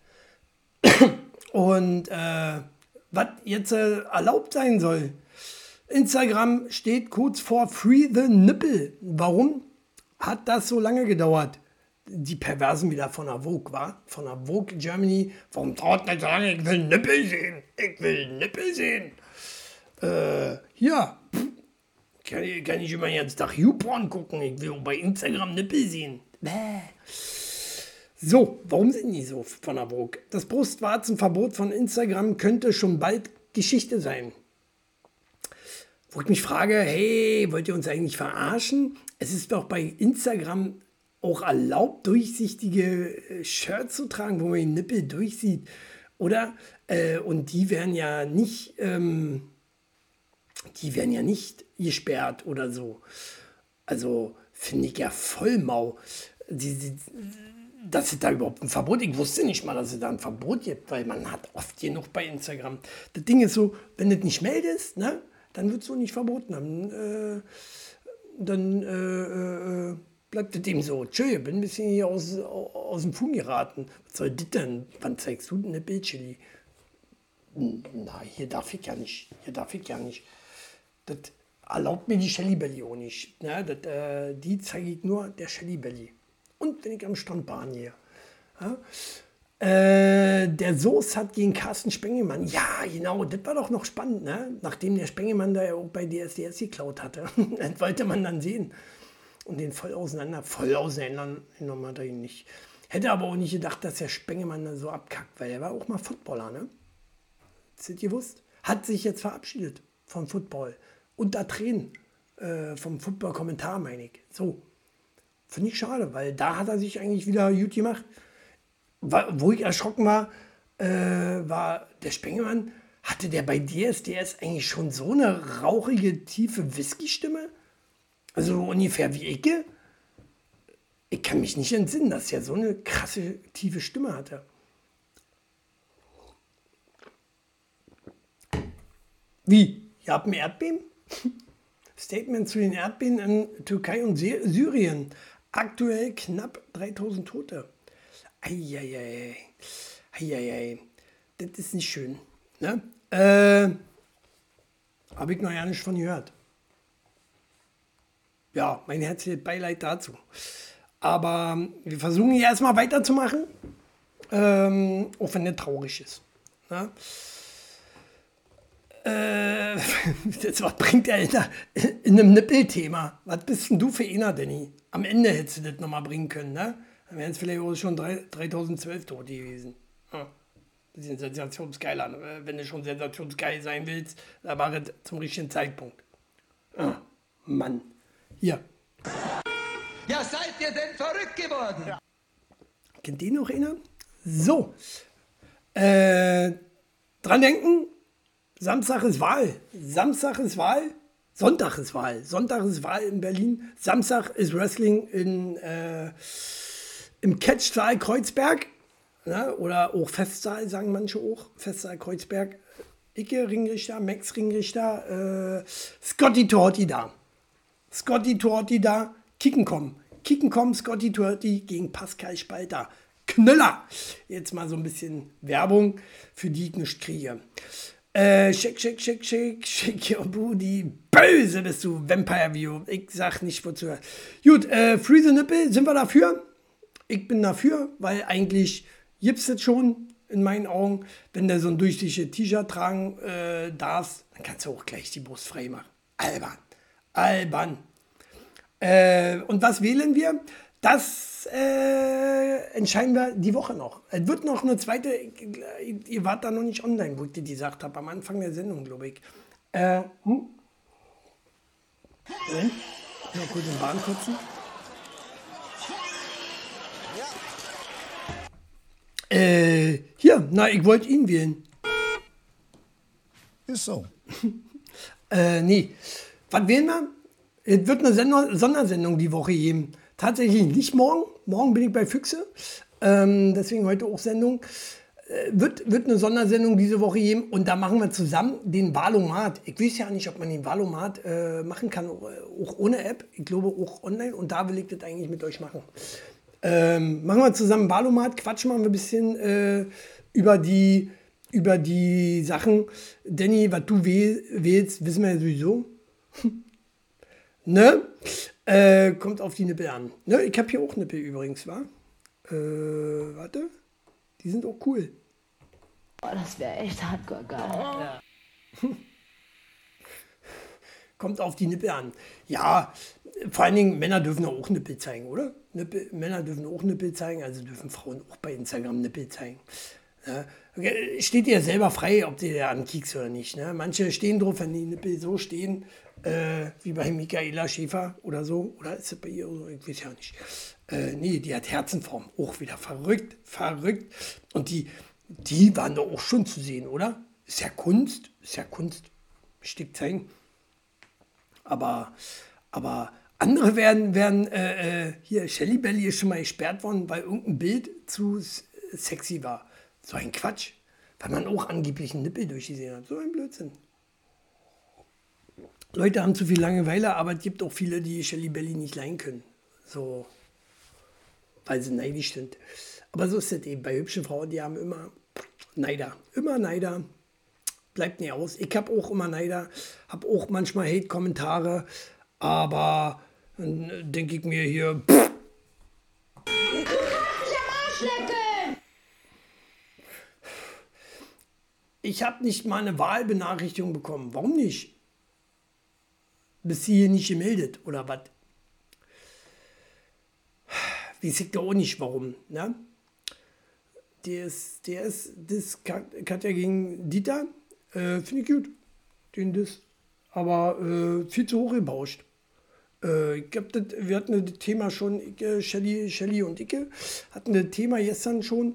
Und was jetzt erlaubt sein soll. Instagram steht kurz vor Free the Nipple. Warum hat das so lange gedauert? Die Perversen wieder von der Vogue, war? Von der Vogue Germany. Warum dauert nicht so lange? Ich will Nippel sehen. Ja. Kann ich immer jetzt nach YouPorn gucken. Ich will auch bei Instagram Nippel sehen. Bäh. So, warum sind die so von der Vogue? Das Brustwarzenverbot von Instagram könnte schon bald Geschichte sein. Wo ich mich frage, hey, wollt ihr uns eigentlich verarschen? Es ist doch bei Instagram auch erlaubt, durchsichtige Shirts zu tragen, wo man den Nippel durchsieht. Oder? Und die werden ja nicht gesperrt oder so. Also finde ich ja voll mau. Dass es da überhaupt ein Verbot, ich wusste nicht mal, dass es da ein Verbot gibt, weil man hat oft genug bei Instagram. Das Ding ist so, wenn du es nicht meldest, ne, dann wird es so nicht verboten. Dann bleibt es dem so. Tschö, bin ein bisschen hier aus dem Fugen geraten. Was soll das denn? Wann zeigst du denn eine Bildchili? Na, hier darf ich ja nicht. Das erlaubt mir die Shelly Belly auch nicht. Ne? Die zeige ich nur der Shelly Belly. Und wenn ich am Strand bahn gehe. Ja? Der Soos hat gegen Carsten Spengemann. Ja, genau, das war doch noch spannend, ne? Nachdem der Spengemann da ja auch bei DSDS geklaut hatte. Das wollte man dann sehen. Und den voll auseinandergenommen hat er ihn nicht. Hätte aber auch nicht gedacht, dass der Spengemann da so abkackt, weil er war auch mal Footballer, ne? Das habt ihr gewusst? Hat sich jetzt verabschiedet vom Football. Unter Tränen. Vom Football-Kommentar, meine ich. So. Finde ich schade, weil da hat er sich eigentlich wieder gut gemacht. Wo ich erschrocken war, war der Spengemann, hatte der bei DSDS eigentlich schon so eine rauchige, tiefe Whisky-Stimme? Also ungefähr wie ich. Ich kann mich nicht entsinnen, dass er so eine krasse, tiefe Stimme hatte. Wie? Ihr habt ein Erdbeben? Statement zu den Erdbeben in Türkei und Syrien. Aktuell knapp 3000 Tote. Eieiei. Das ist nicht schön. Ne? Habe ich noch gar nicht von gehört. Ja, mein herzliches Beileid dazu. Aber wir versuchen hier erstmal weiterzumachen. Auch wenn das traurig ist. Ne? Was bringt er in einem Nippelthema? Was bist denn du für einer, Danny? Am Ende hättest du das nochmal bringen können, ne? Dann wären es vielleicht auch schon 3012 Tote gewesen. Ja. Das ist ein sensationsgeiler. Wenn du schon sensationsgeil sein willst, da war es zum richtigen Zeitpunkt. Ah, Mann. Hier.
Ja, seid ihr denn verrückt geworden? Ja.
Kennt ihr noch einer? So. Dran denken. Sonntag ist Wahl. Sonntag ist Wahl in Berlin. Samstag ist Wrestling im Catch-Saal Kreuzberg. Ja, oder auch Festsaal, sagen manche auch. Festsaal Kreuzberg. Icke Ringrichter, Max Ringrichter, Scotty Torti da. Kicken.com, Scotty Turty gegen Pascal Spalter. Knüller. Jetzt mal so ein bisschen Werbung, für die ich nicht kriege. Shake your booty. Böse bist du, Vampire View. Ich sag nicht, wozu. Gut, Free the Nipple, sind wir dafür? Ich bin dafür, weil eigentlich gibt's das schon in meinen Augen. Wenn du so ein durchsichtiges T-Shirt tragen darfst, dann kannst du auch gleich die Brust frei machen. Albern. Und was wählen wir? Das entscheiden wir die Woche noch. Es wird noch eine zweite, ihr wart da noch nicht online, wo ich dir die gesagt habe, am Anfang der Sendung, glaube ich. Mal kurz in Bahn kotzen. Hier, ich wollte ihn wählen.
Ist so.
Nee. Was wählen wir? Es wird eine Sondersendung die Woche geben. Tatsächlich nicht morgen. Morgen bin ich bei Füchse. Deswegen heute auch Sendung. Wird eine Sondersendung diese Woche geben. Und da machen wir zusammen den Wahlomat. Ich weiß ja nicht, ob man den Wahlomat machen kann, auch ohne App. Ich glaube auch online. Und da will ich das eigentlich mit euch machen. Machen wir zusammen Wahlomat. Quatschen wir ein bisschen über die Sachen. Danny, was du wählst, wissen wir ja sowieso. Ne? Kommt auf die Nippel an. Ne? Ich habe hier auch Nippel übrigens, wa? Warte. Die sind auch cool.
Oh, das wäre echt hardcore geil.
Ja. Kommt auf die Nippel an. Ja, vor allen Dingen, Männer dürfen auch Nippel zeigen, oder? Männer dürfen auch Nippel zeigen, also dürfen Frauen auch bei Instagram Nippel zeigen. Ja. Steht ihr selber frei, ob ihr da ankiekst oder nicht. Ne? Manche stehen drauf, wenn die Nippel so stehen, wie bei Michaela Schäfer oder so. Oder ist das bei ihr so? Ich weiß ja nicht. Nee, die hat Herzenform. Auch wieder verrückt. Und die waren doch auch schon zu sehen, oder? Ist ja Kunst. Stück zeigen. Aber andere werden hier, Shelly Belly ist schon mal gesperrt worden, weil irgendein Bild zu sexy war. So ein Quatsch. Weil man auch angeblich einen Nippel durchgesehen hat. So ein Blödsinn. Leute haben zu viel Langeweile, aber es gibt auch viele, die Shelly Belly nicht leihen können. So, weil sie neidisch sind. Aber so ist es eben. Bei hübschen Frauen, die haben immer Neider. Immer Neider. Bleibt nie aus. Ich habe auch immer Neider. Habe auch manchmal Hate-Kommentare. Aber dann denke ich mir hier... Ich habe nicht mal eine Wahlbenachrichtigung bekommen. Warum nicht? Bist du hier nicht gemeldet oder was? Weiß ich doch auch nicht, warum. Ne? Das Katja gegen Dieter, finde ich gut. Aber viel zu hoch gebauscht. Wir hatten das Thema schon, Shelly und Icke hatten das Thema gestern schon.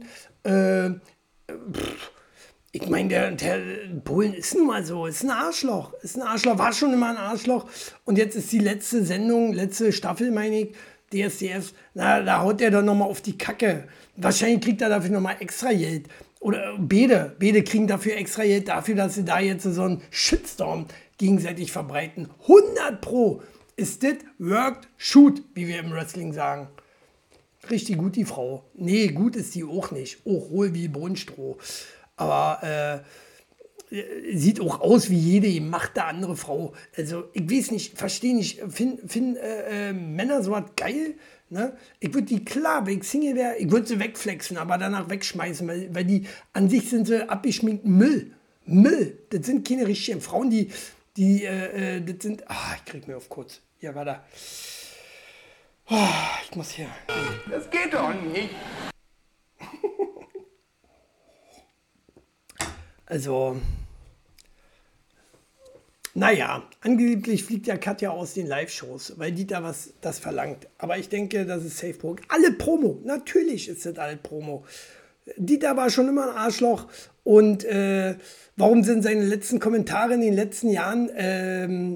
Ich meine, der Polen ist nun mal so, ist ein Arschloch, war schon immer ein Arschloch. Und jetzt ist die letzte Sendung, letzte Staffel, meine ich, DSDS, da haut der doch nochmal auf die Kacke. Wahrscheinlich kriegt er dafür nochmal extra Geld. Oder beide kriegen dafür extra Geld, dafür, dass sie da jetzt so einen Shitstorm gegenseitig verbreiten. 100% ist das Worked Shoot, wie wir im Wrestling sagen. Richtig gut, die Frau. Nee, gut ist die auch nicht. Auch hohl wie Brunstroh. Aber sieht auch aus wie jede gemachte andere Frau. Also ich weiß nicht, verstehe nicht, find Männer so was geil. Ne? Ich würde die, klar, wenn ich Single wäre, ich würde sie wegflexen, aber danach wegschmeißen, weil die an sich sind sie abgeschminkt Müll. Das sind keine richtigen Frauen, das sind, ich krieg mir auf kurz. Ja, warte. Ich muss hier.
Das geht doch nicht.
Also, naja, angeblich fliegt ja Katja aus den Live-Shows, weil Dieter das verlangt. Aber ich denke, das ist safe Pro. Alle Promo, natürlich ist das alle Promo. Dieter war schon immer ein Arschloch und warum sind seine letzten Kommentare in den letzten Jahren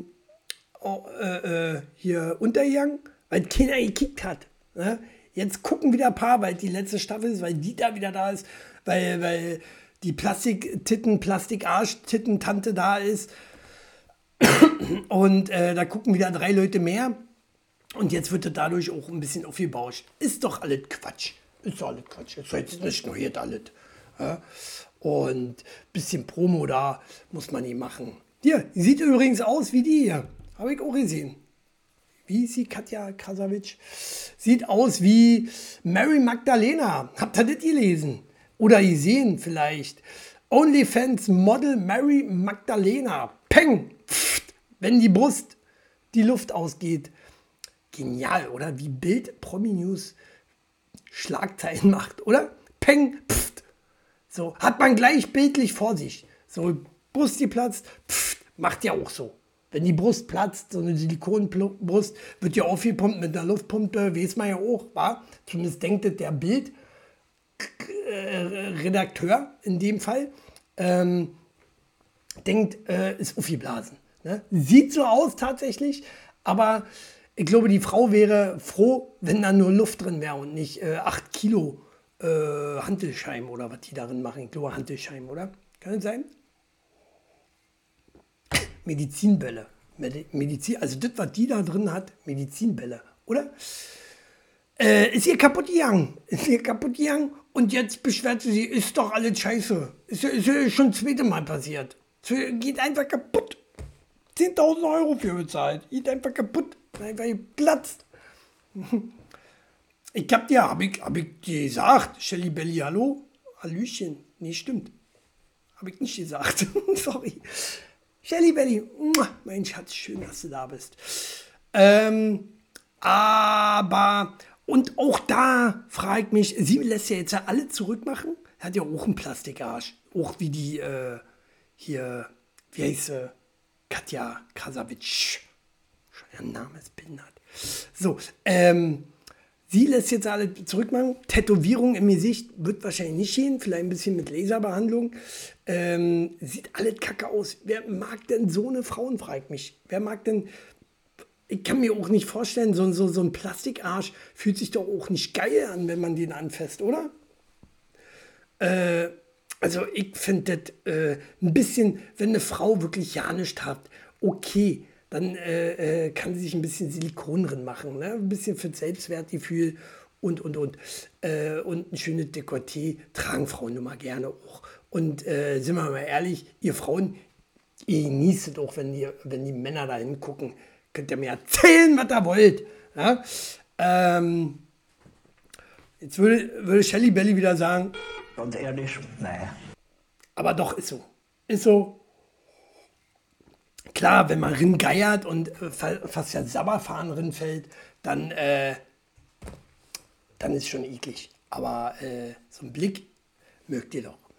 hier untergegangen? Weil keiner gekickt hat. Ne? Jetzt gucken wieder ein paar, weil die letzte Staffel ist, weil Dieter wieder da ist, weil die Plastik-Arsch-Titten-Tante da ist. Und da gucken wieder 3 Leute mehr. Und jetzt wird er dadurch auch ein bisschen aufgebauscht. Ist doch alles Quatsch. Ist doch alles Quatsch. Ist jetzt nicht nur hier alles. Ja? Und ein bisschen Promo da muss man nicht machen. Hier, die sieht übrigens aus wie die hier. Habe ich auch gesehen. Wie ist sie? Katja Krasavic? Sieht aus wie Mary Magdalena. Habt ihr das gelesen? Oder gesehen vielleicht? OnlyFans Model Mary Magdalena. Peng! Pft, wenn die Brust die Luft ausgeht. Genial, oder? Wie Bild Promi News Schlagzeilen macht, oder? Peng! Pft. So, hat man gleich bildlich vor sich. So, Brust die platzt. Pft, macht ja auch so. Wenn die Brust platzt, so eine Silikonbrust, wird ja aufgepumpt mit einer Luftpumpe, weiß man ja auch, wa? Zumindest denkt das der Bildredakteur in dem Fall, denkt, ist aufgeblasen. Ne? Sieht so aus tatsächlich, aber ich glaube, die Frau wäre froh, wenn da nur Luft drin wäre und nicht 8 Kilo Hantelscheiben oder was die darin machen. Ich glaube, Hantelscheiben, oder? Kann das sein? Medizinbälle. Also das, was die da drin hat, Medizinbälle, oder? Ist ihr kaputt gegangen. Und jetzt beschwert sie, ist doch alles scheiße. Ist ja schon das zweite Mal passiert. Geht einfach kaputt. 10.000 Euro für bezahlt. Geht einfach kaputt. Einfach geplatzt. Hab ich dir gesagt, Shelly Belly, hallo? Hallöchen. Nee, stimmt. Hab ich nicht gesagt. Sorry. Shelly Belly, mein Schatz, schön, dass du da bist. Aber, und auch da frage ich mich, sie lässt ja jetzt ja alle zurückmachen. Hat ja auch einen Plastikarsch. Auch wie die, hier, wie heißt sie? Katja Krasavic. Schon der Name ist behindert. So, sie lässt jetzt alle zurückmachen. Tätowierung im Gesicht wird wahrscheinlich nicht gehen. Vielleicht ein bisschen mit Laserbehandlung. Sieht alles kacke aus. Wer mag denn so eine Frauen, fragt mich. Wer mag denn... Ich kann mir auch nicht vorstellen, so ein Plastikarsch fühlt sich doch auch nicht geil an, wenn man den anfasst, oder? Also ich finde das ein bisschen, wenn eine Frau wirklich ja nichts hat, okay, dann kann sie sich ein bisschen Silikon drin machen, ne? Ein bisschen für Selbstwertgefühl und ein schönes Dekolleté tragen Frauen nun mal gerne auch. Und sind wir mal ehrlich, ihr Frauen, ihr genießt es auch, wenn die Männer da hingucken. Könnt ihr mir erzählen, was ihr wollt. Ja? Jetzt würde Shelly Belly wieder sagen,
Ganz ehrlich, naja.
aber doch, ist so. Ist so. Klar, wenn man ringeiert und fast ja Sabberfahren rinfällt, dann ist schon eklig. Aber so ein Blick mögt ihr doch.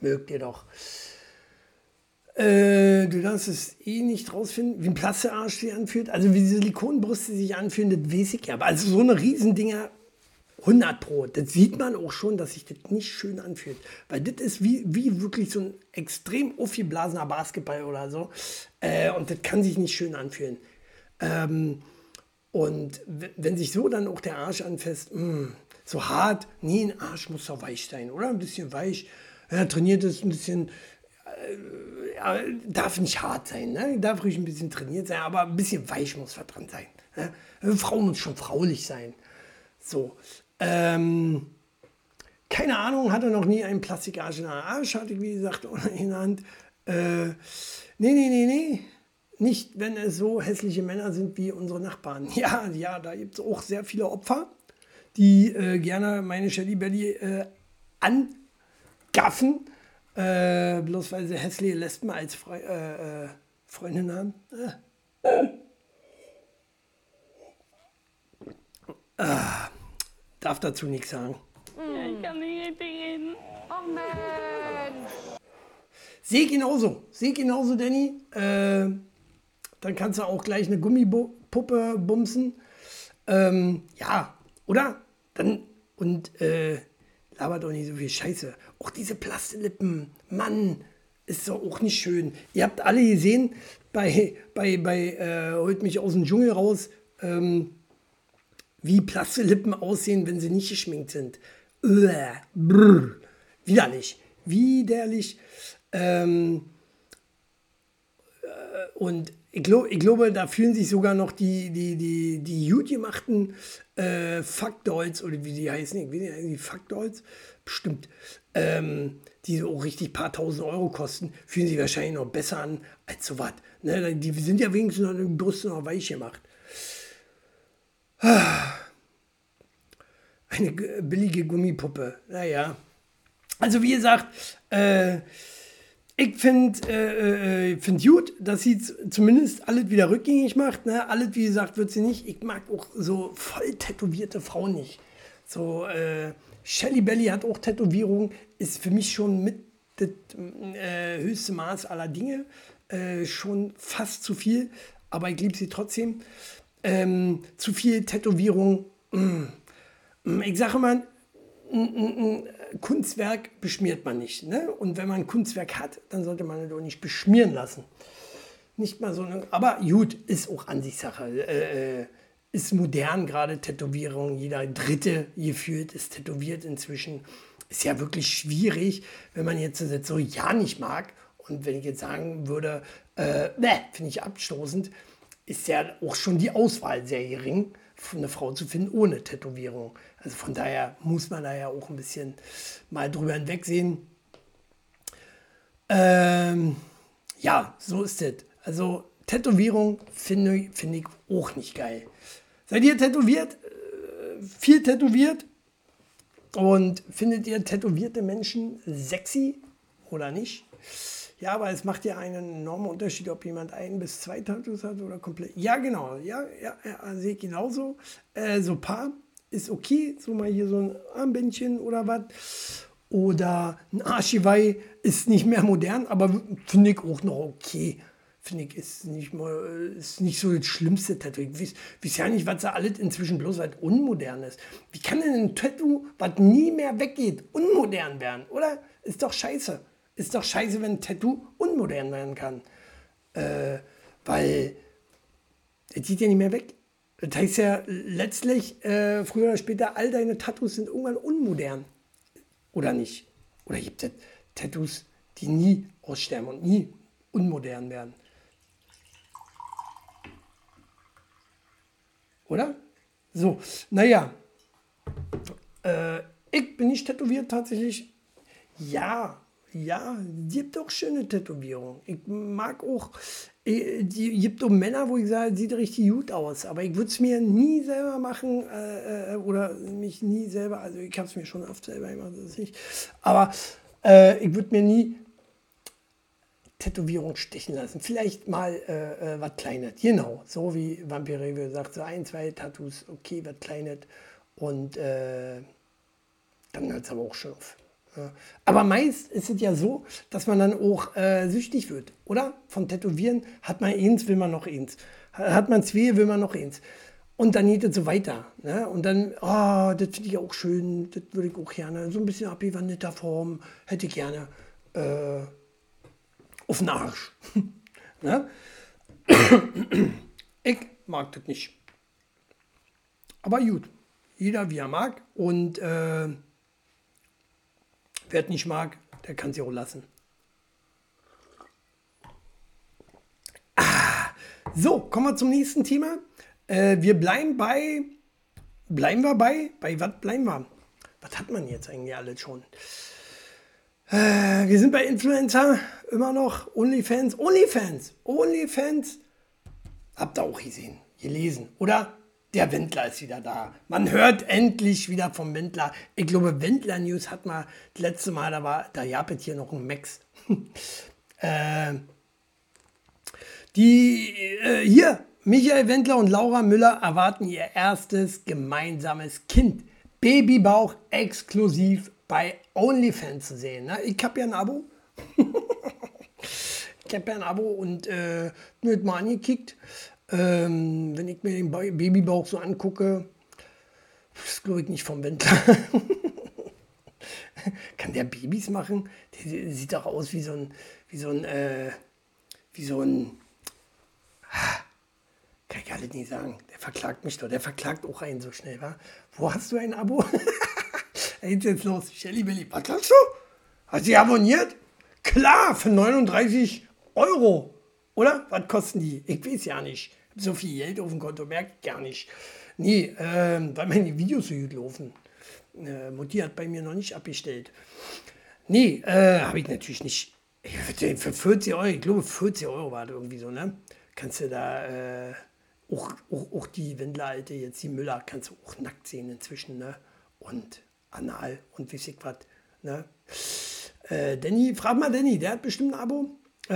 Du darfst es eh nicht rausfinden, wie ein Plastearsch sich anfühlt. Also wie Silikonbrüste sich anfühlen, das weiß ich ja. Aber also so eine Riesendinger, 100 Pro. Das sieht man auch schon, dass sich das nicht schön anfühlt. Weil das ist wie wirklich so ein extrem aufgeblasener Basketball oder so. Und das kann sich nicht schön anfühlen. Und wenn sich so dann auch der Arsch anfasst, so hart, nee, ein Arsch muss doch weich sein, oder? Ein bisschen weich. Ja, trainiert ist ein bisschen... darf nicht hart sein, ne? Darf ruhig ein bisschen trainiert sein, aber ein bisschen weich muss was dran sein. Ne? Eine Frau muss schon fraulich sein. So. Keine Ahnung, hatte noch nie einen Plastikarsch in der Arsch, hatte ich wie gesagt in der Hand. Nee. Nicht, wenn es so hässliche Männer sind wie unsere Nachbarn. Ja, da gibt es auch sehr viele Opfer, die gerne meine Shelly Belly angaffen. Bloß weil sie hässliche Lesben als Freundin haben. Darf dazu nichts sagen.
Ja, ich kann nicht richtig reden. Oh Mensch.
Sehe genauso, Danny. Dann kannst du auch gleich eine Gummipuppe bumsen. Ja, oder? Dann, labert doch nicht so viel Scheiße. Auch diese Plastelippen, Mann, ist doch auch nicht schön. Ihr habt alle gesehen, bei Holt mich aus dem Dschungel raus, wie Plastelippen aussehen, wenn sie nicht geschminkt sind. Widerlich. Und Ich glaube, da fühlen sich sogar noch die gut gemachten Fuckdolls, oder wie die heißen, ich weiß nicht, die Fuckdolls, bestimmt, die so auch richtig paar tausend Euro kosten, fühlen sich wahrscheinlich noch besser an als sowas. Ne? Die sind ja wenigstens noch die Brüste noch weich gemacht. Eine billige Gummipuppe, naja. Also wie gesagt, ich finde gut, dass sie zumindest alles wieder rückgängig macht. Ne? Alles, wie gesagt, wird sie nicht. Ich mag auch so voll tätowierte Frauen nicht. So, Shelly Belly hat auch Tätowierungen, ist für mich schon mit das höchste Maß aller Dinge. Schon fast zu viel, aber ich liebe sie trotzdem. Zu viel Tätowierung. Ich sage mal, ein Kunstwerk beschmiert man nicht. Ne? Und wenn man ein Kunstwerk hat, dann sollte man es auch nicht beschmieren lassen. Nicht mal so, aber gut, ist auch Ansichtssache. Ist modern, gerade Tätowierung. Jeder Dritte gefühlt ist tätowiert inzwischen. Ist ja wirklich schwierig, wenn man jetzt so ja nicht mag. Und wenn ich jetzt sagen würde, finde ich abstoßend, ist ja auch schon die Auswahl sehr gering, eine Frau zu finden ohne Tätowierung. Also von daher muss man da ja auch ein bisschen mal drüber hinwegsehen. Ja, so ist es. Also Tätowierung finde ich auch nicht geil. Seid ihr tätowiert? Viel tätowiert? Und findet ihr tätowierte Menschen sexy oder nicht? Ja, aber es macht ja einen enormen Unterschied, ob jemand 1 bis 2 Tattoos hat oder komplett. Ja, genau. Ja, sehe ich genauso. So ein paar ist okay. So mal hier so ein Armbändchen oder was. Oder ein Archiweih ist nicht mehr modern, aber finde ich auch noch okay. Finde ich, ist nicht so das schlimmste Tattoo. Ich weiß ja nicht, was da alles inzwischen bloß halt unmodern ist. Wie kann denn ein Tattoo, was nie mehr weggeht, unmodern werden, oder? Ist doch scheiße. Ist doch scheiße, wenn ein Tattoo unmodern werden kann. Weil es geht ja nicht mehr weg. Das heißt ja letztlich, früher oder später, all deine Tattoos sind irgendwann unmodern. Oder nicht? Oder gibt es Tattoos, die nie aussterben und nie unmodern werden? Oder? So, naja. Ich bin nicht tätowiert tatsächlich. Ja, gibt auch schöne Tätowierungen. Ich mag auch, gibt auch Männer, wo ich sage, sieht richtig gut aus. Aber ich würde es mir nie selber machen oder mich nie selber, also ich habe es mir schon oft selber gemacht, das ist nicht. Aber ich würde mir nie Tätowierung stechen lassen. Vielleicht mal was Kleines. Genau, so wie Vampire sagt, so 1, 2 Tattoos, okay, was Kleines. Und dann hört es aber auch schon auf. Ja. Aber meist ist es ja so, dass man dann auch süchtig wird, oder? Von Tätowieren hat man eins, will man noch eins. Hat man 2, will man noch eins. Und dann geht es so weiter. Ne? Und dann, das finde ich auch schön, das würde ich auch gerne, so ein bisschen abgewandelter Form, hätte ich gerne auf den Arsch. Ne? Ich mag das nicht. Aber gut, jeder wie er mag. Und wer es nicht mag, der kann sie auch lassen. So, kommen wir zum nächsten Thema. Wir bleiben bei was bleiben wir? Was hat man jetzt eigentlich alles schon? Wir sind bei Influencer, immer noch, OnlyFans. Habt ihr auch gesehen, gelesen, oder? Der Wendler ist wieder da. Man hört endlich wieder vom Wendler. Ich glaube, Wendler News hat mal das letzte Mal, da gab es hier noch ein Max. Hier, Michael Wendler und Laura Müller erwarten ihr erstes gemeinsames Kind. Babybauch exklusiv bei OnlyFans zu sehen. Ne? Ich habe ja ein Abo. Und mir hat mal angekickt. Wenn ich mir den Babybauch so angucke, das glaube ich nicht vom Wendler. Kann der Babys machen? Der sieht doch aus wie so ein, kann ich alles nicht sagen. Der verklagt mich doch. Der verklagt auch einen so schnell, wa? Wo hast du ein Abo? Jetzt los. Shelly Belly, was hast du? Hast du abonniert? Klar, für 39 €. Oder? Was kosten die? Ich weiß ja nicht. So viel Geld auf dem Konto, merke ich gar nicht. Nee, weil meine Videos so gut laufen. Mutti hat bei mir noch nicht abgestellt. Nee, habe ich natürlich nicht. Für 40 Euro, ich glaube 40 Euro war das irgendwie so, ne? Kannst du da auch die Wendler-Alte, jetzt die Müller, kannst du auch nackt sehen inzwischen, ne? Und anal und weiß ich was, ne? Danny, frag mal Danny, der hat bestimmt ein Abo.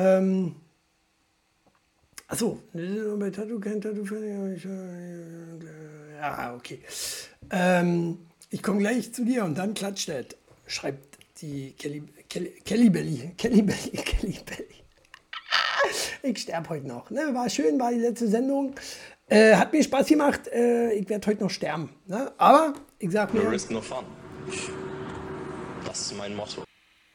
Achso, bei Tattoo kein Tattoo. Ja, okay. Ich komme gleich zu dir und dann klatscht er, schreibt die Kelly Belly. Ich sterbe heute noch. Ne? War schön, war die letzte Sendung. Hat mir Spaß gemacht. Ich werde heute noch sterben. Ne? Aber ich sag mir...
No risk, no fun. Das ist mein Motto.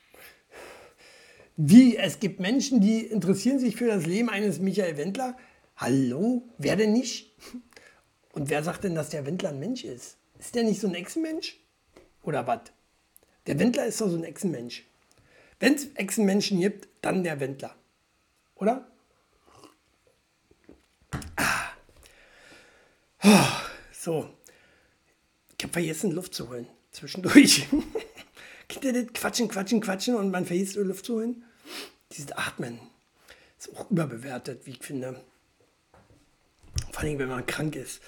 Wie, es gibt Menschen, die interessieren sich für das Leben eines Michael Wendler. Hallo? Wer denn nicht? Und wer sagt denn, dass der Wendler ein Mensch ist? Ist der nicht so ein Echsenmensch? Oder was? Der Wendler ist doch so ein Echsenmensch. Wenn es Echsenmenschen gibt, dann der Wendler. Oder? So. Ich habe vergessen, Luft zu holen. Zwischendurch. Kennt ihr das? Quatschen und man vergisst, Luft zu holen? Dieses Atmen ist auch überbewertet, wie ich finde. Vor allem, wenn man krank ist.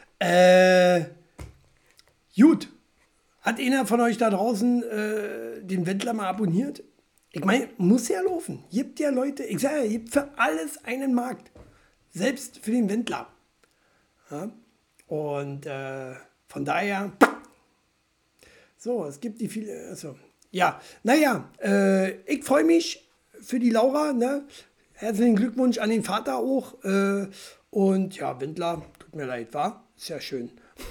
Gut. Hat einer von euch da draußen den Wendler mal abonniert? Ich meine, muss ja laufen. Gibt ja Leute, ich sage ja, gibt für alles einen Markt. Selbst für den Wendler. Ja? Und von daher, so, es gibt die viele, also, ja, naja, ich freue mich für die Laura, ne? Herzlichen Glückwunsch an den Vater auch. Und ja, Wendler, tut mir leid, war? Ist ja schön.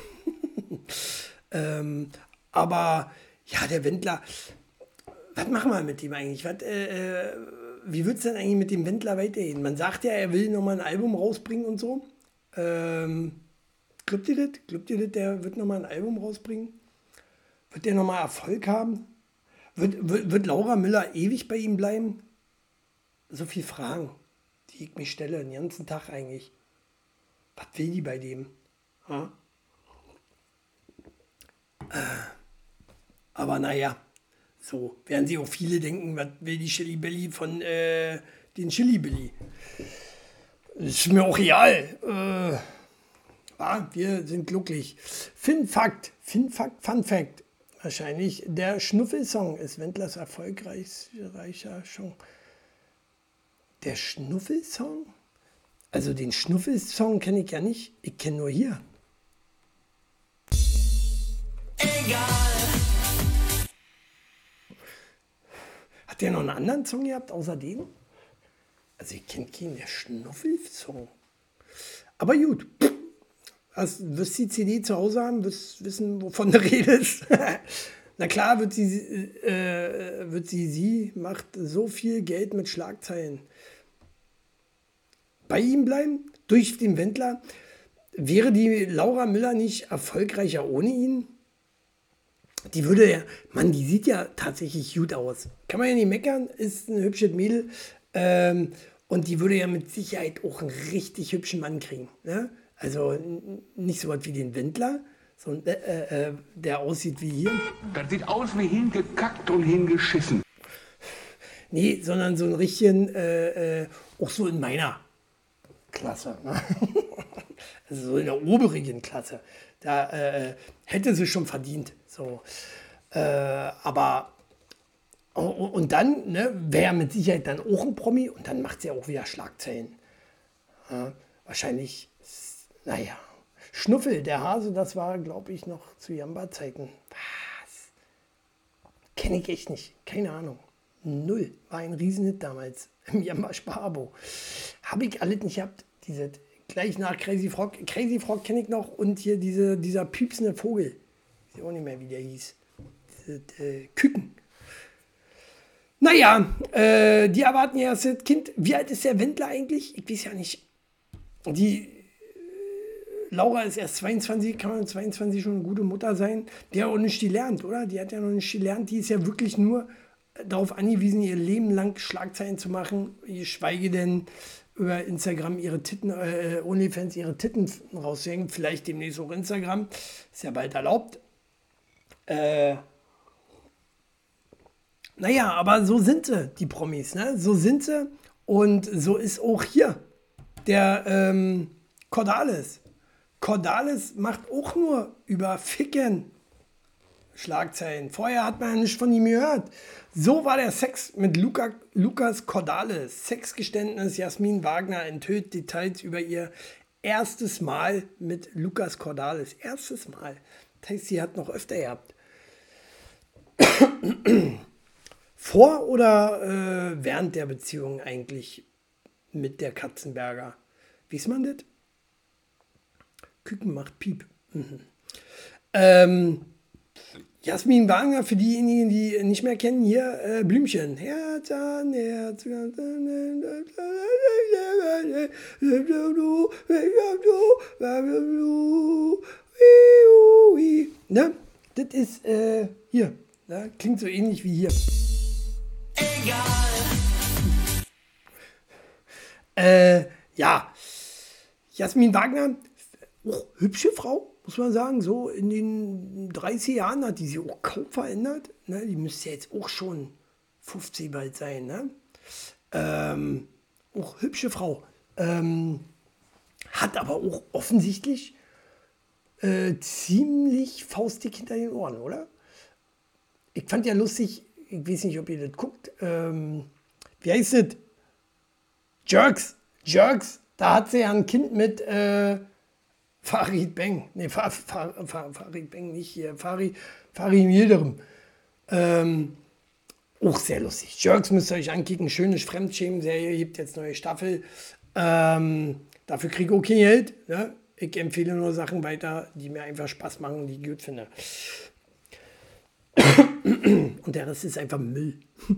Aber ja, der Wendler, was machen wir mit dem eigentlich? Wie wird es denn eigentlich mit dem Wendler weitergehen? Man sagt ja, er will nochmal ein Album rausbringen und so. Glaubt ihr das? Glaubt ihr das, der wird nochmal ein Album rausbringen? Wird der nochmal Erfolg haben? Wird Laura Müller ewig bei ihm bleiben? So viele Fragen, die ich mich stelle, den ganzen Tag eigentlich. Was will die bei dem? Ja? Aber naja, so werden sie auch viele denken, was will die Chili Belly von den Chili Belly? Ist mir auch egal. Wir sind glücklich. Fun Fact. Wahrscheinlich der Schnuffelsong ist Wendlers erfolgreicher Song. Der Schnuffelsong? Also den Schnuffelsong kenne ich ja nicht. Ich kenne nur hier. Egal. Hat der noch einen anderen Song gehabt außer dem? Also ich kenne keinen, der Schnuffelsong. Aber gut. Wirst die CD zu Hause haben, wirst wissen, wovon du redest. Na klar, sie macht so viel Geld mit Schlagzeilen. Bei ihm bleiben, durch den Wendler. Wäre die Laura Müller nicht erfolgreicher ohne ihn? Die würde ja, Mann, die sieht ja tatsächlich gut aus. Kann man ja nicht meckern, ist ein hübsches Mädel. Und die würde ja mit Sicherheit auch einen richtig hübschen Mann kriegen. Ne? Also nicht so was wie den Wendler, sondern der aussieht wie hier.
Das sieht aus wie hingekackt und hingeschissen.
Nee, sondern so einen richtigen, auch so in meiner Klasse. Ne? Also so in der oberigen Klasse. Da hätte sie schon verdient. So. Aber und dann wäre er mit Sicherheit dann auch ein Promi und dann macht sie ja auch wieder Schlagzeilen. Ja, wahrscheinlich. Naja, Schnuffel, der Hase, das war, glaube ich, noch zu Jamba-Zeiten. Was? Kenne ich echt nicht. Keine Ahnung. Null. War ein Riesenhit damals im Jamba-Sparabo. Habe ich alles nicht gehabt. Gleich nach Crazy Frog. Crazy Frog kenne ich noch und hier dieser piepsende Vogel. Ich weiß auch nicht mehr, wie der hieß. Küken. Naja, die erwarten ja das Kind. Wie alt ist der Wendler eigentlich? Ich weiß ja nicht. Laura ist erst 22, kann man 22 schon eine gute Mutter sein. Die hat auch nicht gelernt, oder? Die hat ja noch nicht gelernt. Die ist ja wirklich nur darauf angewiesen, ihr Leben lang Schlagzeilen zu machen, geschweige denn über Instagram ihre Titten, OnlyFans ihre Titten raushängen. Vielleicht demnächst auch Instagram. Ist ja bald erlaubt. Naja, aber so sind sie, die Promis, ne? So sind sie. Und so ist auch hier der Cordalis. Cordalis macht auch nur über Ficken Schlagzeilen. Vorher hat man ja nicht von ihm gehört. So war der Sex mit Lukas Cordalis. Sexgeständnis, Jasmin Wagner enthüllt Details über ihr erstes Mal mit Lukas Cordalis. Erstes Mal. Das heißt, sie hat noch öfter gehabt. Vor oder während der Beziehung eigentlich mit der Katzenberger? Weiß man das? Küken macht Piep. Jasmin Wagner, für diejenigen, die nicht mehr kennen, hier Blümchen. Herz an Herz. Ne? Das ist hier. Ne? Klingt so ähnlich wie hier. Ja. Jasmin Wagner, auch hübsche Frau. Muss man sagen, so in den 30 Jahren hat die sich auch kaum verändert. Ne? Die müsste jetzt auch schon 50 bald sein. Ne? Auch hübsche Frau. Hat aber auch offensichtlich ziemlich faustdick hinter den Ohren, oder? Ich fand ja lustig, ich weiß nicht, ob ihr das guckt. Wie heißt das? Jerks. Da hat sie ja ein Kind mit Farid Bang. Ne, Farid Bang nicht hier. Farid Yildirim. Auch sehr lustig. Jerks müsst ihr euch ankicken. Schönes Fremdschämen-Serie. Gibt jetzt neue Staffel. Dafür kriege ich auch kein Geld. Ne? Ich empfehle nur Sachen weiter, die mir einfach Spaß machen, die ich gut finde. Und der Rest ist einfach Müll.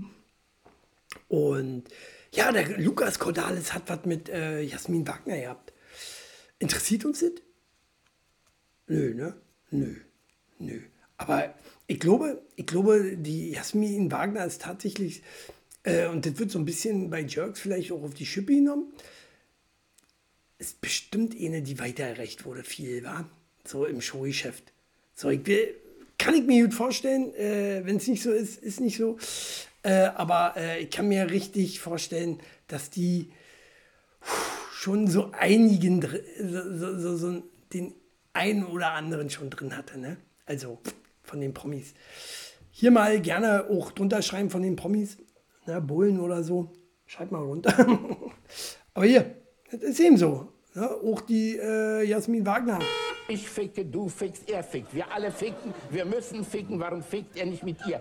Und ja, der Lukas Cordalis hat was mit Jasmin Wagner gehabt. Interessiert uns das? Nö, ne? Nö. Aber ich glaube, die Jasmin Wagner ist tatsächlich, und das wird so ein bisschen bei Jerks vielleicht auch auf die Schippe genommen, ist bestimmt eine, die weiter erreicht wurde, viel, war so im Showgeschäft. So, kann ich mir gut vorstellen, wenn es nicht so ist, ist nicht so. Aber ich kann mir richtig vorstellen, dass die schon so einigen, so den einen oder anderen schon drin hatte, ne? Also von den Promis. Hier mal gerne auch drunter schreiben von den Promis, ne? Bullen oder so. Schreibt mal runter. Aber hier, das ist eben so. Ne? Auch die Jasmin Wagner.
Ich ficke, du fickst, er fickt. Wir alle ficken, wir müssen ficken. Warum fickt er nicht mit ihr?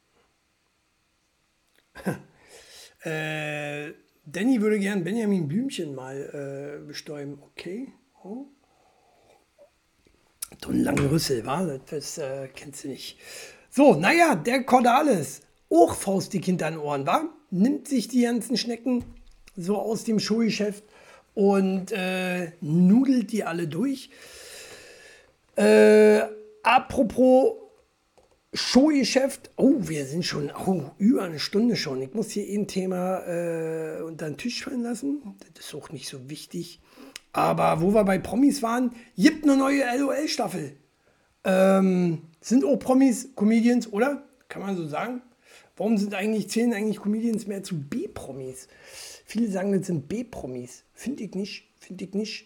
Danny würde gern Benjamin Blümchen mal bestäuben. Okay. Oh. So einen langen Rüssel, wa? Das kennst du nicht. So, naja, der Cordalis, auch faustdick hinter den Ohren, wa? Nimmt sich die ganzen Schnecken so aus dem Showgeschäft und nudelt die alle durch. Apropos Showgeschäft. Oh, wir sind schon über eine Stunde schon. Ich muss hier ein Thema unter den Tisch fallen lassen. Das ist auch nicht so wichtig. Aber wo wir bei Promis waren, gibt eine neue LOL-Staffel. Sind auch Promis Comedians, oder? Kann man so sagen. Warum zählen eigentlich Comedians mehr zu B-Promis? Viele sagen, das sind B-Promis. Finde ich nicht.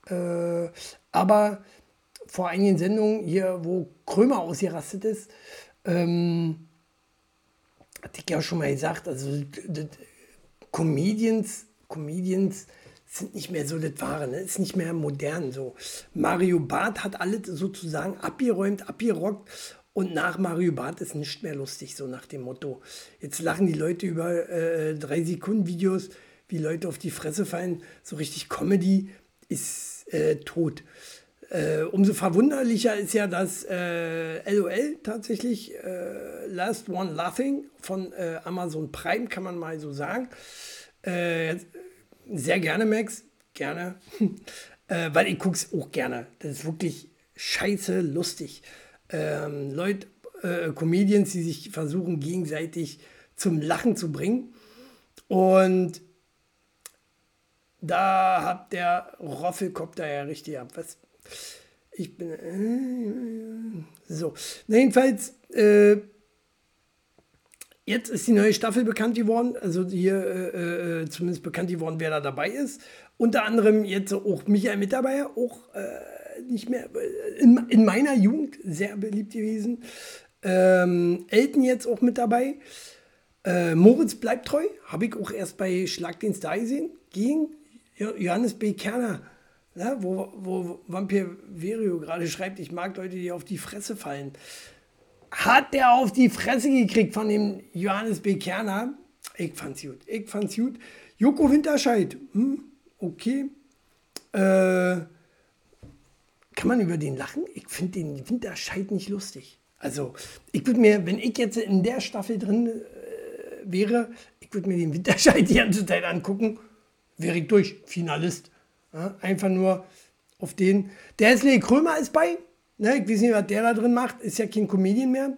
Aber vor einigen Sendungen hier, wo Krömer ausgerastet ist, hatte ich ja schon mal gesagt, also Comedians sind nicht mehr so das Wahre, ne? Ist nicht mehr modern so. Mario Barth hat alles sozusagen abgeräumt, abgerockt und nach Mario Barth ist nicht mehr lustig, so nach dem Motto. Jetzt lachen die Leute über 3-Sekunden-Videos, wie Leute auf die Fresse fallen, so richtig Comedy ist tot. Umso verwunderlicher ist ja, dass LOL tatsächlich Last One Laughing von Amazon Prime, kann man mal so sagen. Sehr gerne, Max, gerne, weil ich gucke es auch gerne. Das ist wirklich scheiße lustig. Leute, Comedians, die sich versuchen, gegenseitig zum Lachen zu bringen. Und Da hat der Roffelkopter ja richtig ab. Was? Ich bin. So. Na, jedenfalls, jetzt ist die neue Staffel bekannt geworden. Also hier zumindest bekannt geworden, wer da dabei ist. Unter anderem jetzt auch Michael Mittermeier, auch nicht mehr in meiner Jugend sehr beliebt gewesen. Elton jetzt auch mit dabei. Moritz bleibt treu, habe ich auch erst bei Schlag den Star gesehen, gegen Johannes B. Kerner, ja, wo Vampir Verio gerade schreibt, ich mag Leute, die auf die Fresse fallen. Hat der auf die Fresse gekriegt von dem Johannes B. Kerner? Ich fand's gut. Joko Winterscheid, okay. Kann man über den lachen? Ich finde den Winterscheid nicht lustig. Also, ich würde mir, wenn ich jetzt in der Staffel drin wäre, ich würde mir den Winterscheid die ganze Zeit angucken, wäre ich durch, Finalist. Ja, einfach nur auf den. Der Hesley Krömer ist bei, ne, ich weiß nicht, was der da drin macht, ist ja kein Comedian mehr.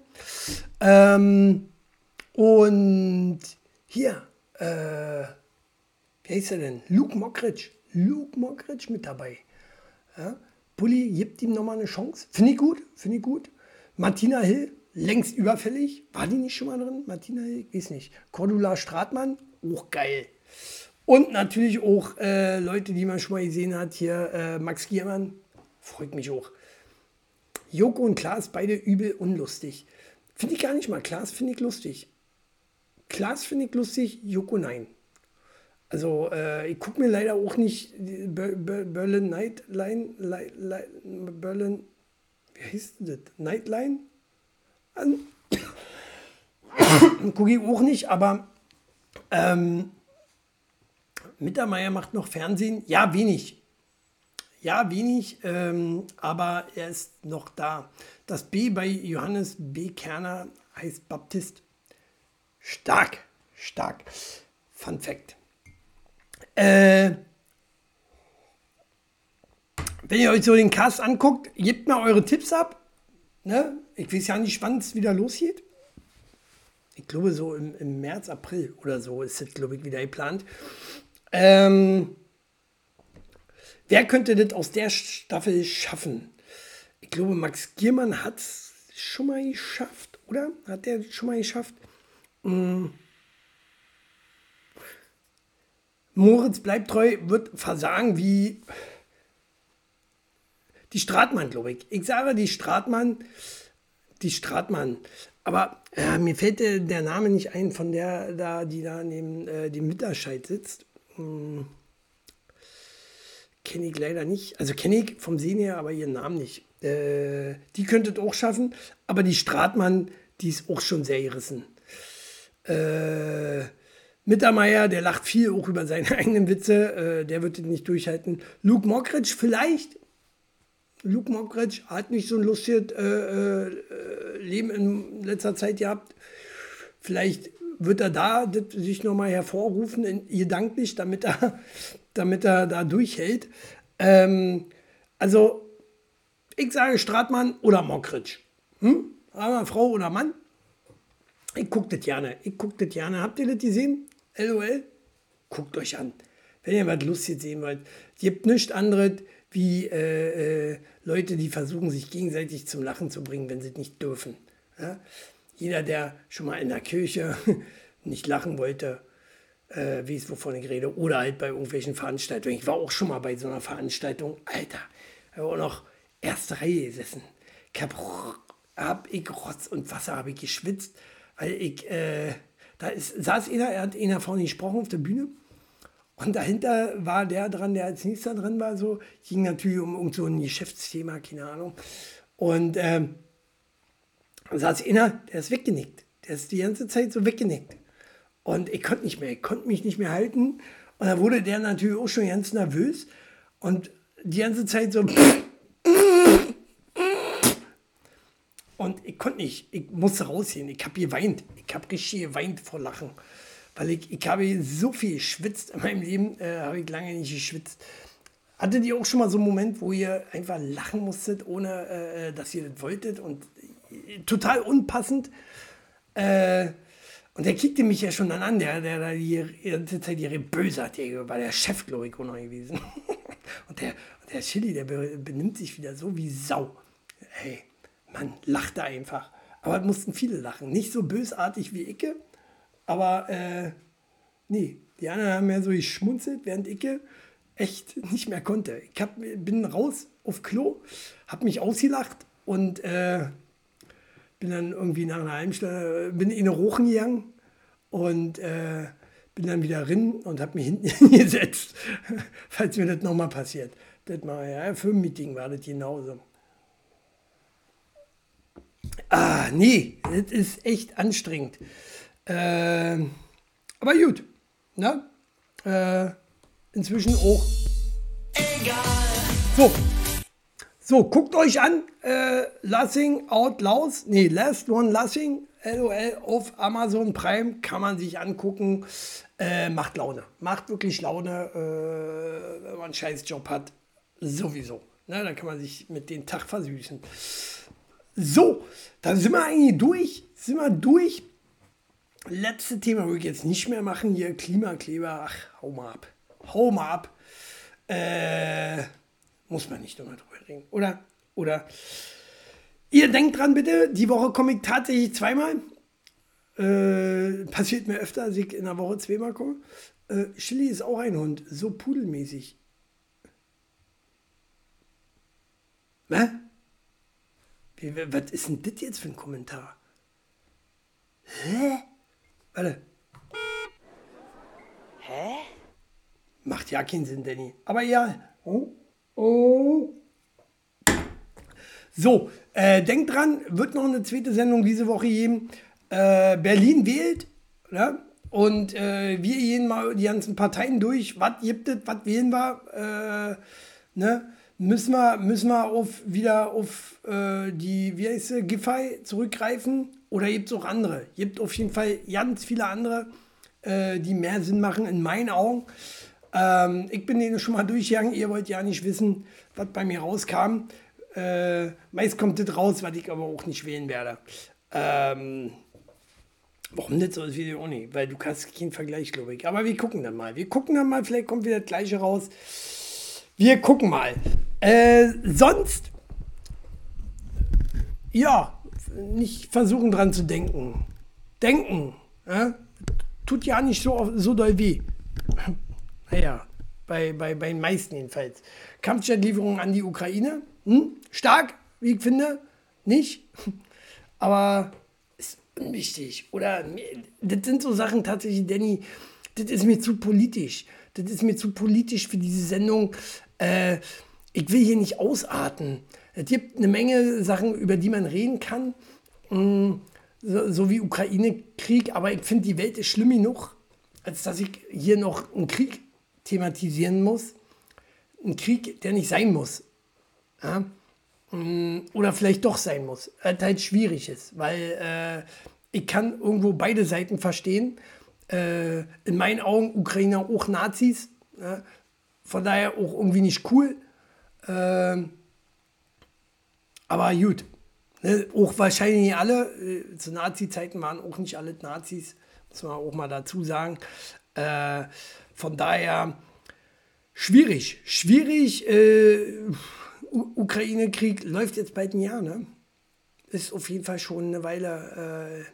Und hier, wie heißt er denn? Luke Mockridge mit dabei. Ja, Pulli gibt ihm nochmal eine Chance. Finde ich gut. Martina Hill, längst überfällig. War die nicht schon mal drin? Martina Hill, ich weiß nicht. Cordula Stratmann, auch geil. Und natürlich auch Leute, die man schon mal gesehen hat. Hier Max Giermann, freut mich auch. Joko und Klaas, beide übel unlustig. Finde ich gar nicht mal. Klaas finde ich lustig. Joko nein. Also ich gucke mir leider auch nicht Berlin Nightline, Berlin, wie heißt das? Nightline an. Gucke ich auch nicht, aber Mittermeier macht noch Fernsehen. Ja, wenig, aber er ist noch da. Das B bei Johannes B. Kerner heißt Baptist. Stark. Fun Fact. Wenn ihr euch so den Cast anguckt, gebt mal eure Tipps ab. Ne? Ich weiß ja nicht, wann es wieder losgeht. Ich glaube, so im März, April oder so ist es, glaube ich, wieder geplant. Wer könnte das aus der Staffel schaffen? Ich glaube, Max Giermann hat es schon mal geschafft, oder? Hat der schon mal geschafft? Moritz bleibt treu, wird versagen wie die Stratmann, glaube ich. Ich sage die Stratmann. Aber mir fällt der Name nicht ein von der da, die da neben dem Winterscheid sitzt. Kenne ich leider nicht. Also kenne ich vom Sehen her, aber ihren Namen nicht. Die könnte es auch schaffen. Aber die Stratmann, die ist auch schon sehr gerissen. Mittermeier, der lacht viel auch über seine eigenen Witze. Der wird es nicht durchhalten. Luke Mockridge vielleicht. Luke Mockridge hat nicht so ein lustiges Leben in letzter Zeit gehabt. Vielleicht wird er da sich nochmal hervorrufen, gedanklich, damit er da durchhält. Also, ich sage Stratmann oder Mockridge. Aber Frau oder Mann? Ich gucke das gerne. Habt ihr das gesehen? LOL? Guckt euch an. Wenn ihr was Lustiges sehen wollt. Es gibt nichts anderes wie Leute, die versuchen, sich gegenseitig zum Lachen zu bringen, wenn sie es nicht dürfen. Ja? Jeder, der schon mal in der Kirche nicht lachen wollte, weiß, wovon ich rede, oder halt bei irgendwelchen Veranstaltungen. Ich war auch schon mal bei so einer Veranstaltung. Alter, ich habe auch noch erste Reihe gesessen. Hab ich Rotz und Wasser, habe ich geschwitzt, weil ich, saß einer, er hat einer vorne gesprochen auf der Bühne. Und dahinter war der dran, der als nächster dran war, so, ging natürlich um so ein Geschäftsthema, keine Ahnung. Und saß einer, der ist weggenickt. Der ist die ganze Zeit so weggenickt. Und ich konnte mich nicht mehr halten. Und da wurde der natürlich auch schon ganz nervös. Und die ganze Zeit so. Und ich konnte nicht, ich musste rausgehen. Ich habe geweint. Ich habe richtig geweint vor Lachen. Weil ich habe so viel geschwitzt in meinem Leben, habe ich lange nicht geschwitzt. Hattet ihr auch schon mal so einen Moment, wo ihr einfach lachen musstet, ohne dass ihr das wolltet und total unpassend? Und der kickte mich ja schon dann an, der da die ganze Zeit ihre Böse hat, der war der Chef, glaube ich, auch noch gewesen. und der Chili, der benimmt sich wieder so wie Sau. Hey, man lachte einfach. Aber es mussten viele lachen. Nicht so bösartig wie Icke, aber nee, die anderen haben ja so geschmunzelt, während Icke echt nicht mehr konnte. Bin raus auf Klo, hab mich ausgelacht und bin dann irgendwie nach einer halben Stunde, bin in eine Rochen gegangen und bin dann wieder rein und habe mich hinten hingesetzt, falls mir das nochmal passiert. Das mal, ja, Firmenmeeting war das genauso. Nee, das ist echt anstrengend. Aber gut, ne? Inzwischen auch. Egal. So, guckt euch an, Laughing Out Loud, Last One Laughing, LOL, auf Amazon Prime, kann man sich angucken, macht Laune, macht wirklich Laune, wenn man einen scheiß Job hat, sowieso, ne, da kann man sich mit den Tag versüßen. So, dann sind wir eigentlich durch, letzte Thema will ich jetzt nicht mehr machen, hier Klimakleber, ach, hau mal ab, muss man nicht drüber reden, oder? Ihr denkt dran bitte, die Woche komme ich tatsächlich zweimal. Passiert mir öfter, als ich in der Woche zweimal komme. Chili ist auch ein Hund, so pudelmäßig. Was? Was ist denn das jetzt für ein Kommentar? Hä? Warte. Hä? Macht ja keinen Sinn, Danny. Aber ja. Oh. So, denkt dran, wird noch eine zweite Sendung diese Woche geben. Berlin wählt, ne? Und wir gehen mal die ganzen Parteien durch. Was gibt es, was wählen wir? Ne? Müssen wir wieder auf die, wie heißt sie, Giffey zurückgreifen? Oder gibt es auch andere? Gibt auf jeden Fall ganz viele andere, die mehr Sinn machen, in meinen Augen. Ich bin denen schon mal durchgegangen. Ihr wollt ja nicht wissen, was bei mir rauskam. Meist kommt das raus, was ich aber auch nicht wählen werde. Warum nicht so, das Video auch nicht? Weil du kannst keinen Vergleich, glaube ich. Aber wir gucken dann mal. Vielleicht kommt wieder das Gleiche raus. Wir gucken mal. Sonst, ja, nicht versuchen dran zu denken. Denken, tut ja nicht so doll weh. Naja, bei den meisten jedenfalls. Kampfjetlieferungen an die Ukraine. Stark, wie ich finde. Nicht. Aber ist unwichtig. Oder das sind so Sachen tatsächlich, Danny, das ist mir zu politisch. Das ist mir zu politisch für diese Sendung. Ich will hier nicht ausarten. Es gibt eine Menge Sachen, über die man reden kann. So wie Ukraine-Krieg. Aber ich finde, die Welt ist schlimm genug, als dass ich hier noch einen Krieg thematisieren muss. Ein Krieg, der nicht sein muss. Ja? Oder vielleicht doch sein muss. Halt schwierig ist, weil ich kann irgendwo beide Seiten verstehen. In meinen Augen Ukrainer auch Nazis. Ja? Von daher auch irgendwie nicht cool. Aber gut. Ne? Auch wahrscheinlich nicht alle. Zu Nazi-Zeiten waren auch nicht alle Nazis. Muss man auch mal dazu sagen. Von daher schwierig. Ukraine-Krieg läuft jetzt bald ein Jahr, ne? Ist auf jeden Fall schon eine Weile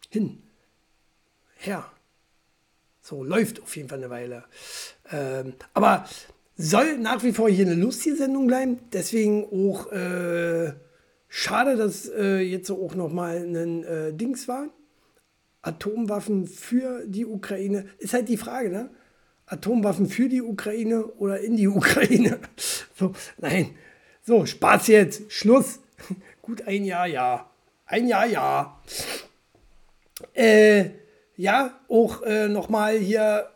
her. So, läuft auf jeden Fall eine Weile. Aber soll nach wie vor hier eine lustige Sendung bleiben. Deswegen auch schade, dass jetzt so auch nochmal ein Dings war. Atomwaffen für die Ukraine. Ist halt die Frage, ne? Atomwaffen für die Ukraine oder in die Ukraine? So, nein. So, Spaß jetzt. Schluss. Gut, ein Jahr, ja. Ein Jahr, ja. Ja, auch nochmal hier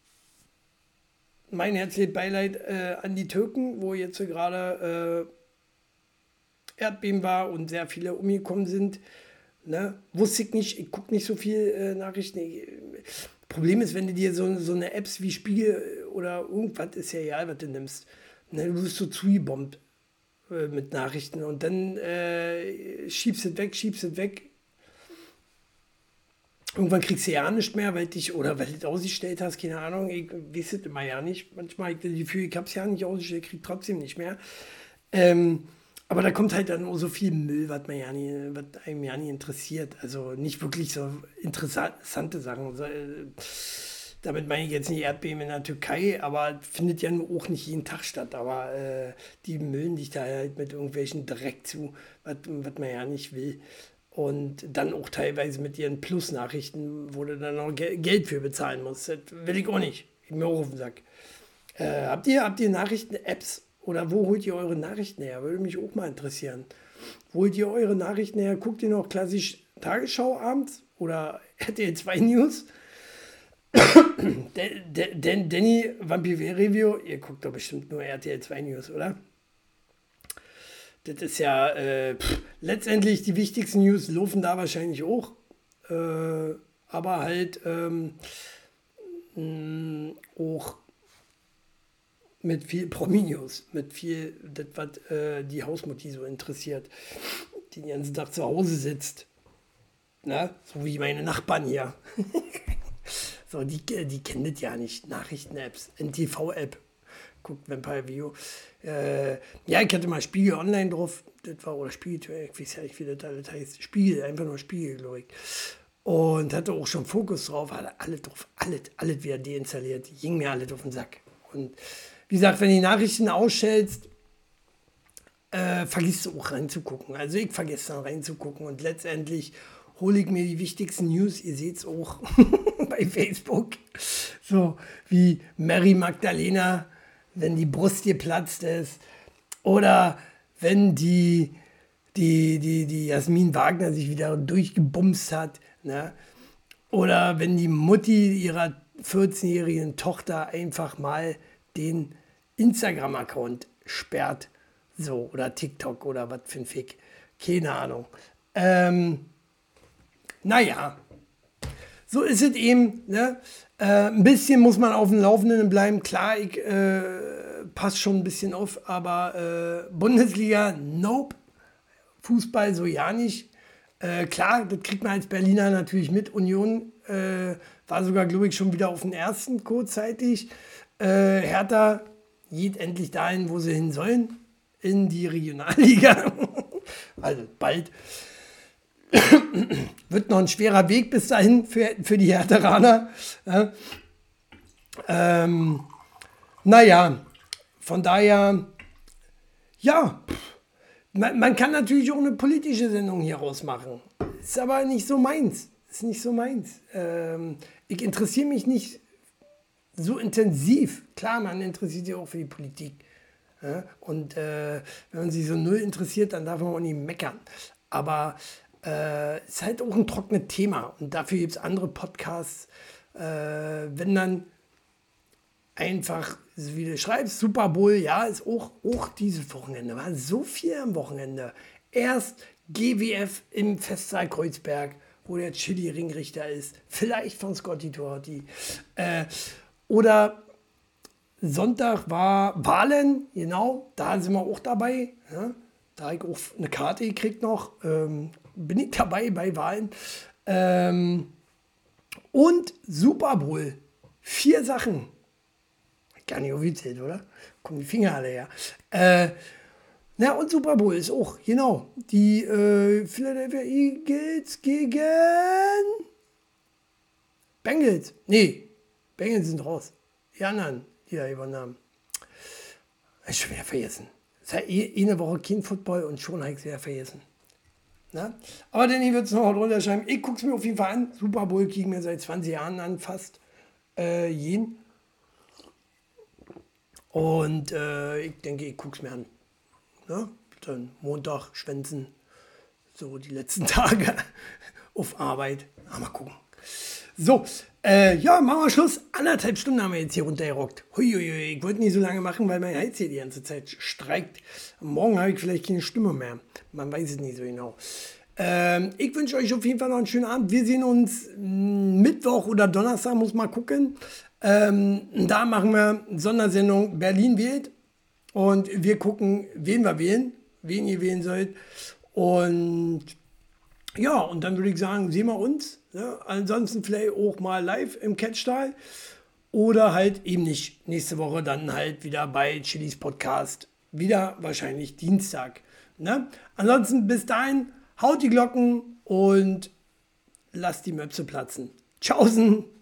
mein herzliches Beileid an die Türken, wo jetzt gerade Erdbeben war und sehr viele umgekommen sind. Ne? Wusste ich nicht, ich gucke nicht so viel Nachrichten. Problem ist, wenn du dir so eine Apps wie Spiegel oder irgendwas, ist ja egal, was du nimmst. Ne? Du wirst so zugebombt mit Nachrichten und dann schiebst du weg. Irgendwann kriegst du ja nicht mehr, weil du es ausgestellt hast, keine Ahnung, ich weiß es immer ja nicht. Manchmal habe ich das Gefühl, ich habe es ja nicht ausgestellt, krieg trotzdem nicht mehr. Aber da kommt halt dann auch so viel Müll, was einem ja nie interessiert. Also nicht wirklich so interessante Sachen. Damit meine ich jetzt nicht Erdbeben in der Türkei, aber findet ja nur auch nicht jeden Tag statt. Aber die müllen dich da halt mit irgendwelchen Dreck zu, was man ja nicht will. Und dann auch teilweise mit ihren Plus-Nachrichten, wo du dann noch Geld für bezahlen musst. Das will ich auch nicht. Ich bin mir auch auf den Sack. Habt ihr Nachrichten-Apps? Oder wo holt ihr eure Nachrichten her? Würde mich auch mal interessieren. Wo holt ihr eure Nachrichten her? Guckt ihr noch klassisch Tagesschau abends? Oder RTL 2 News? Danny, Vampire Review, ihr guckt doch bestimmt nur RTL 2 News, oder? Das ist ja letztendlich die wichtigsten News laufen da wahrscheinlich auch. Aber halt auch mit viel Promi-News, mit viel, das, was die Hausmutti so interessiert, die den ganzen Tag zu Hause sitzt. Na? So wie meine Nachbarn hier. So, die kennen das ja nicht. Nachrichten-Apps, NTV-App. Guckt Vampire Review. Ja, ich hatte mal Spiegel Online drauf. Das war, oder Spiegel, ich weiß ja nicht, wie das alles heißt. Spiegel, einfach nur Spiegel, glaube ich. Und hatte auch schon Fokus drauf, hatte alles drauf, alles wieder deinstalliert. Ging mir alles auf den Sack. Und wie gesagt, wenn du die Nachrichten ausstellst, vergisst du auch reinzugucken. Also ich vergesse dann reinzugucken und letztendlich hole ich mir die wichtigsten News, ihr seht es auch bei Facebook, so wie Mary Magdalena, wenn die Brust geplatzt ist, oder wenn die Jasmin Wagner sich wieder durchgebumst hat, ne? Oder wenn die Mutti ihrer 14-jährigen Tochter einfach mal den Instagram-Account sperrt, so, oder TikTok oder was für ein Fick, keine Ahnung. Naja, so ist es eben, ne? Ein bisschen muss man auf dem Laufenden bleiben, klar, ich passe schon ein bisschen auf, aber Bundesliga, nope, Fußball so ja nicht. Klar, das kriegt man als Berliner natürlich mit. Union war sogar, glaube ich, schon wieder auf den ersten kurzzeitig. Hertha geht endlich dahin, wo sie hin sollen, in die Regionalliga. Also bald. Wird noch ein schwerer Weg bis dahin für die Hertheraner. Naja, von daher, ja, man kann natürlich auch eine politische Sendung hier rausmachen. Ist aber nicht so meins. Ich interessiere mich nicht so intensiv. Klar, man interessiert sich auch für die Politik. Ja? Und wenn man sich so null interessiert, dann darf man auch nicht meckern. Aber es ist halt auch ein trockenes Thema. Und dafür gibt es andere Podcasts. Wenn dann einfach, wie du schreibst, Super Bowl, ja, ist auch dieses Wochenende. War so viel am Wochenende. Erst GWF im Festsaal Kreuzberg, wo der Chili-Ringrichter ist. Vielleicht von Scotty Torti. Oder Sonntag war Wahlen, genau, da sind wir auch dabei. Ja? Da habe ich auch eine Karte gekriegt noch. Bin ich dabei bei Wahlen. Und Super Bowl. 4 Sachen. Gar nicht offiziell, oder? Kommen die Finger alle her. Na, und Super Bowl ist auch, genau, die Philadelphia Eagles gegen Bengals. Nee, Bengals sind raus. Die anderen, die da übernahmen. Ich schwer vergessen. Es ist ja eine Woche kein Football und schon habe ich es wieder vergessen. Na? Aber Danny wird es noch drunter schreiben. Ich gucke es mir auf jeden Fall an. Super Bowl kriegen wir seit 20 Jahren an, fast jeden. Und ich denke, ich gucke es mir an. Ja? Dann Montag schwänzen. So die letzten Tage auf Arbeit. Mal gucken. So, ja, machen wir Schluss. 1,5 Stunden haben wir jetzt hier runtergerockt. Huiuiui, ich wollte nicht so lange machen, weil mein Hals hier die ganze Zeit streikt. Morgen habe ich vielleicht keine Stimme mehr. Man weiß es nicht so genau. Ich wünsche euch auf jeden Fall noch einen schönen Abend. Wir sehen uns Mittwoch oder Donnerstag, muss mal gucken. Da machen wir eine Sondersendung Berlin wählt. Und wir gucken, wen wir wählen, wen ihr wählen sollt. Und Ja, und dann würde ich sagen, sehen wir uns. Ja? Ansonsten vielleicht auch mal live im Catchstall. Oder halt eben nicht. Nächste Woche dann halt wieder bei Chilis Podcast. Wieder wahrscheinlich Dienstag. Ne? Ansonsten bis dahin, haut die Glocken und lasst die Möpse platzen. Tschaußen!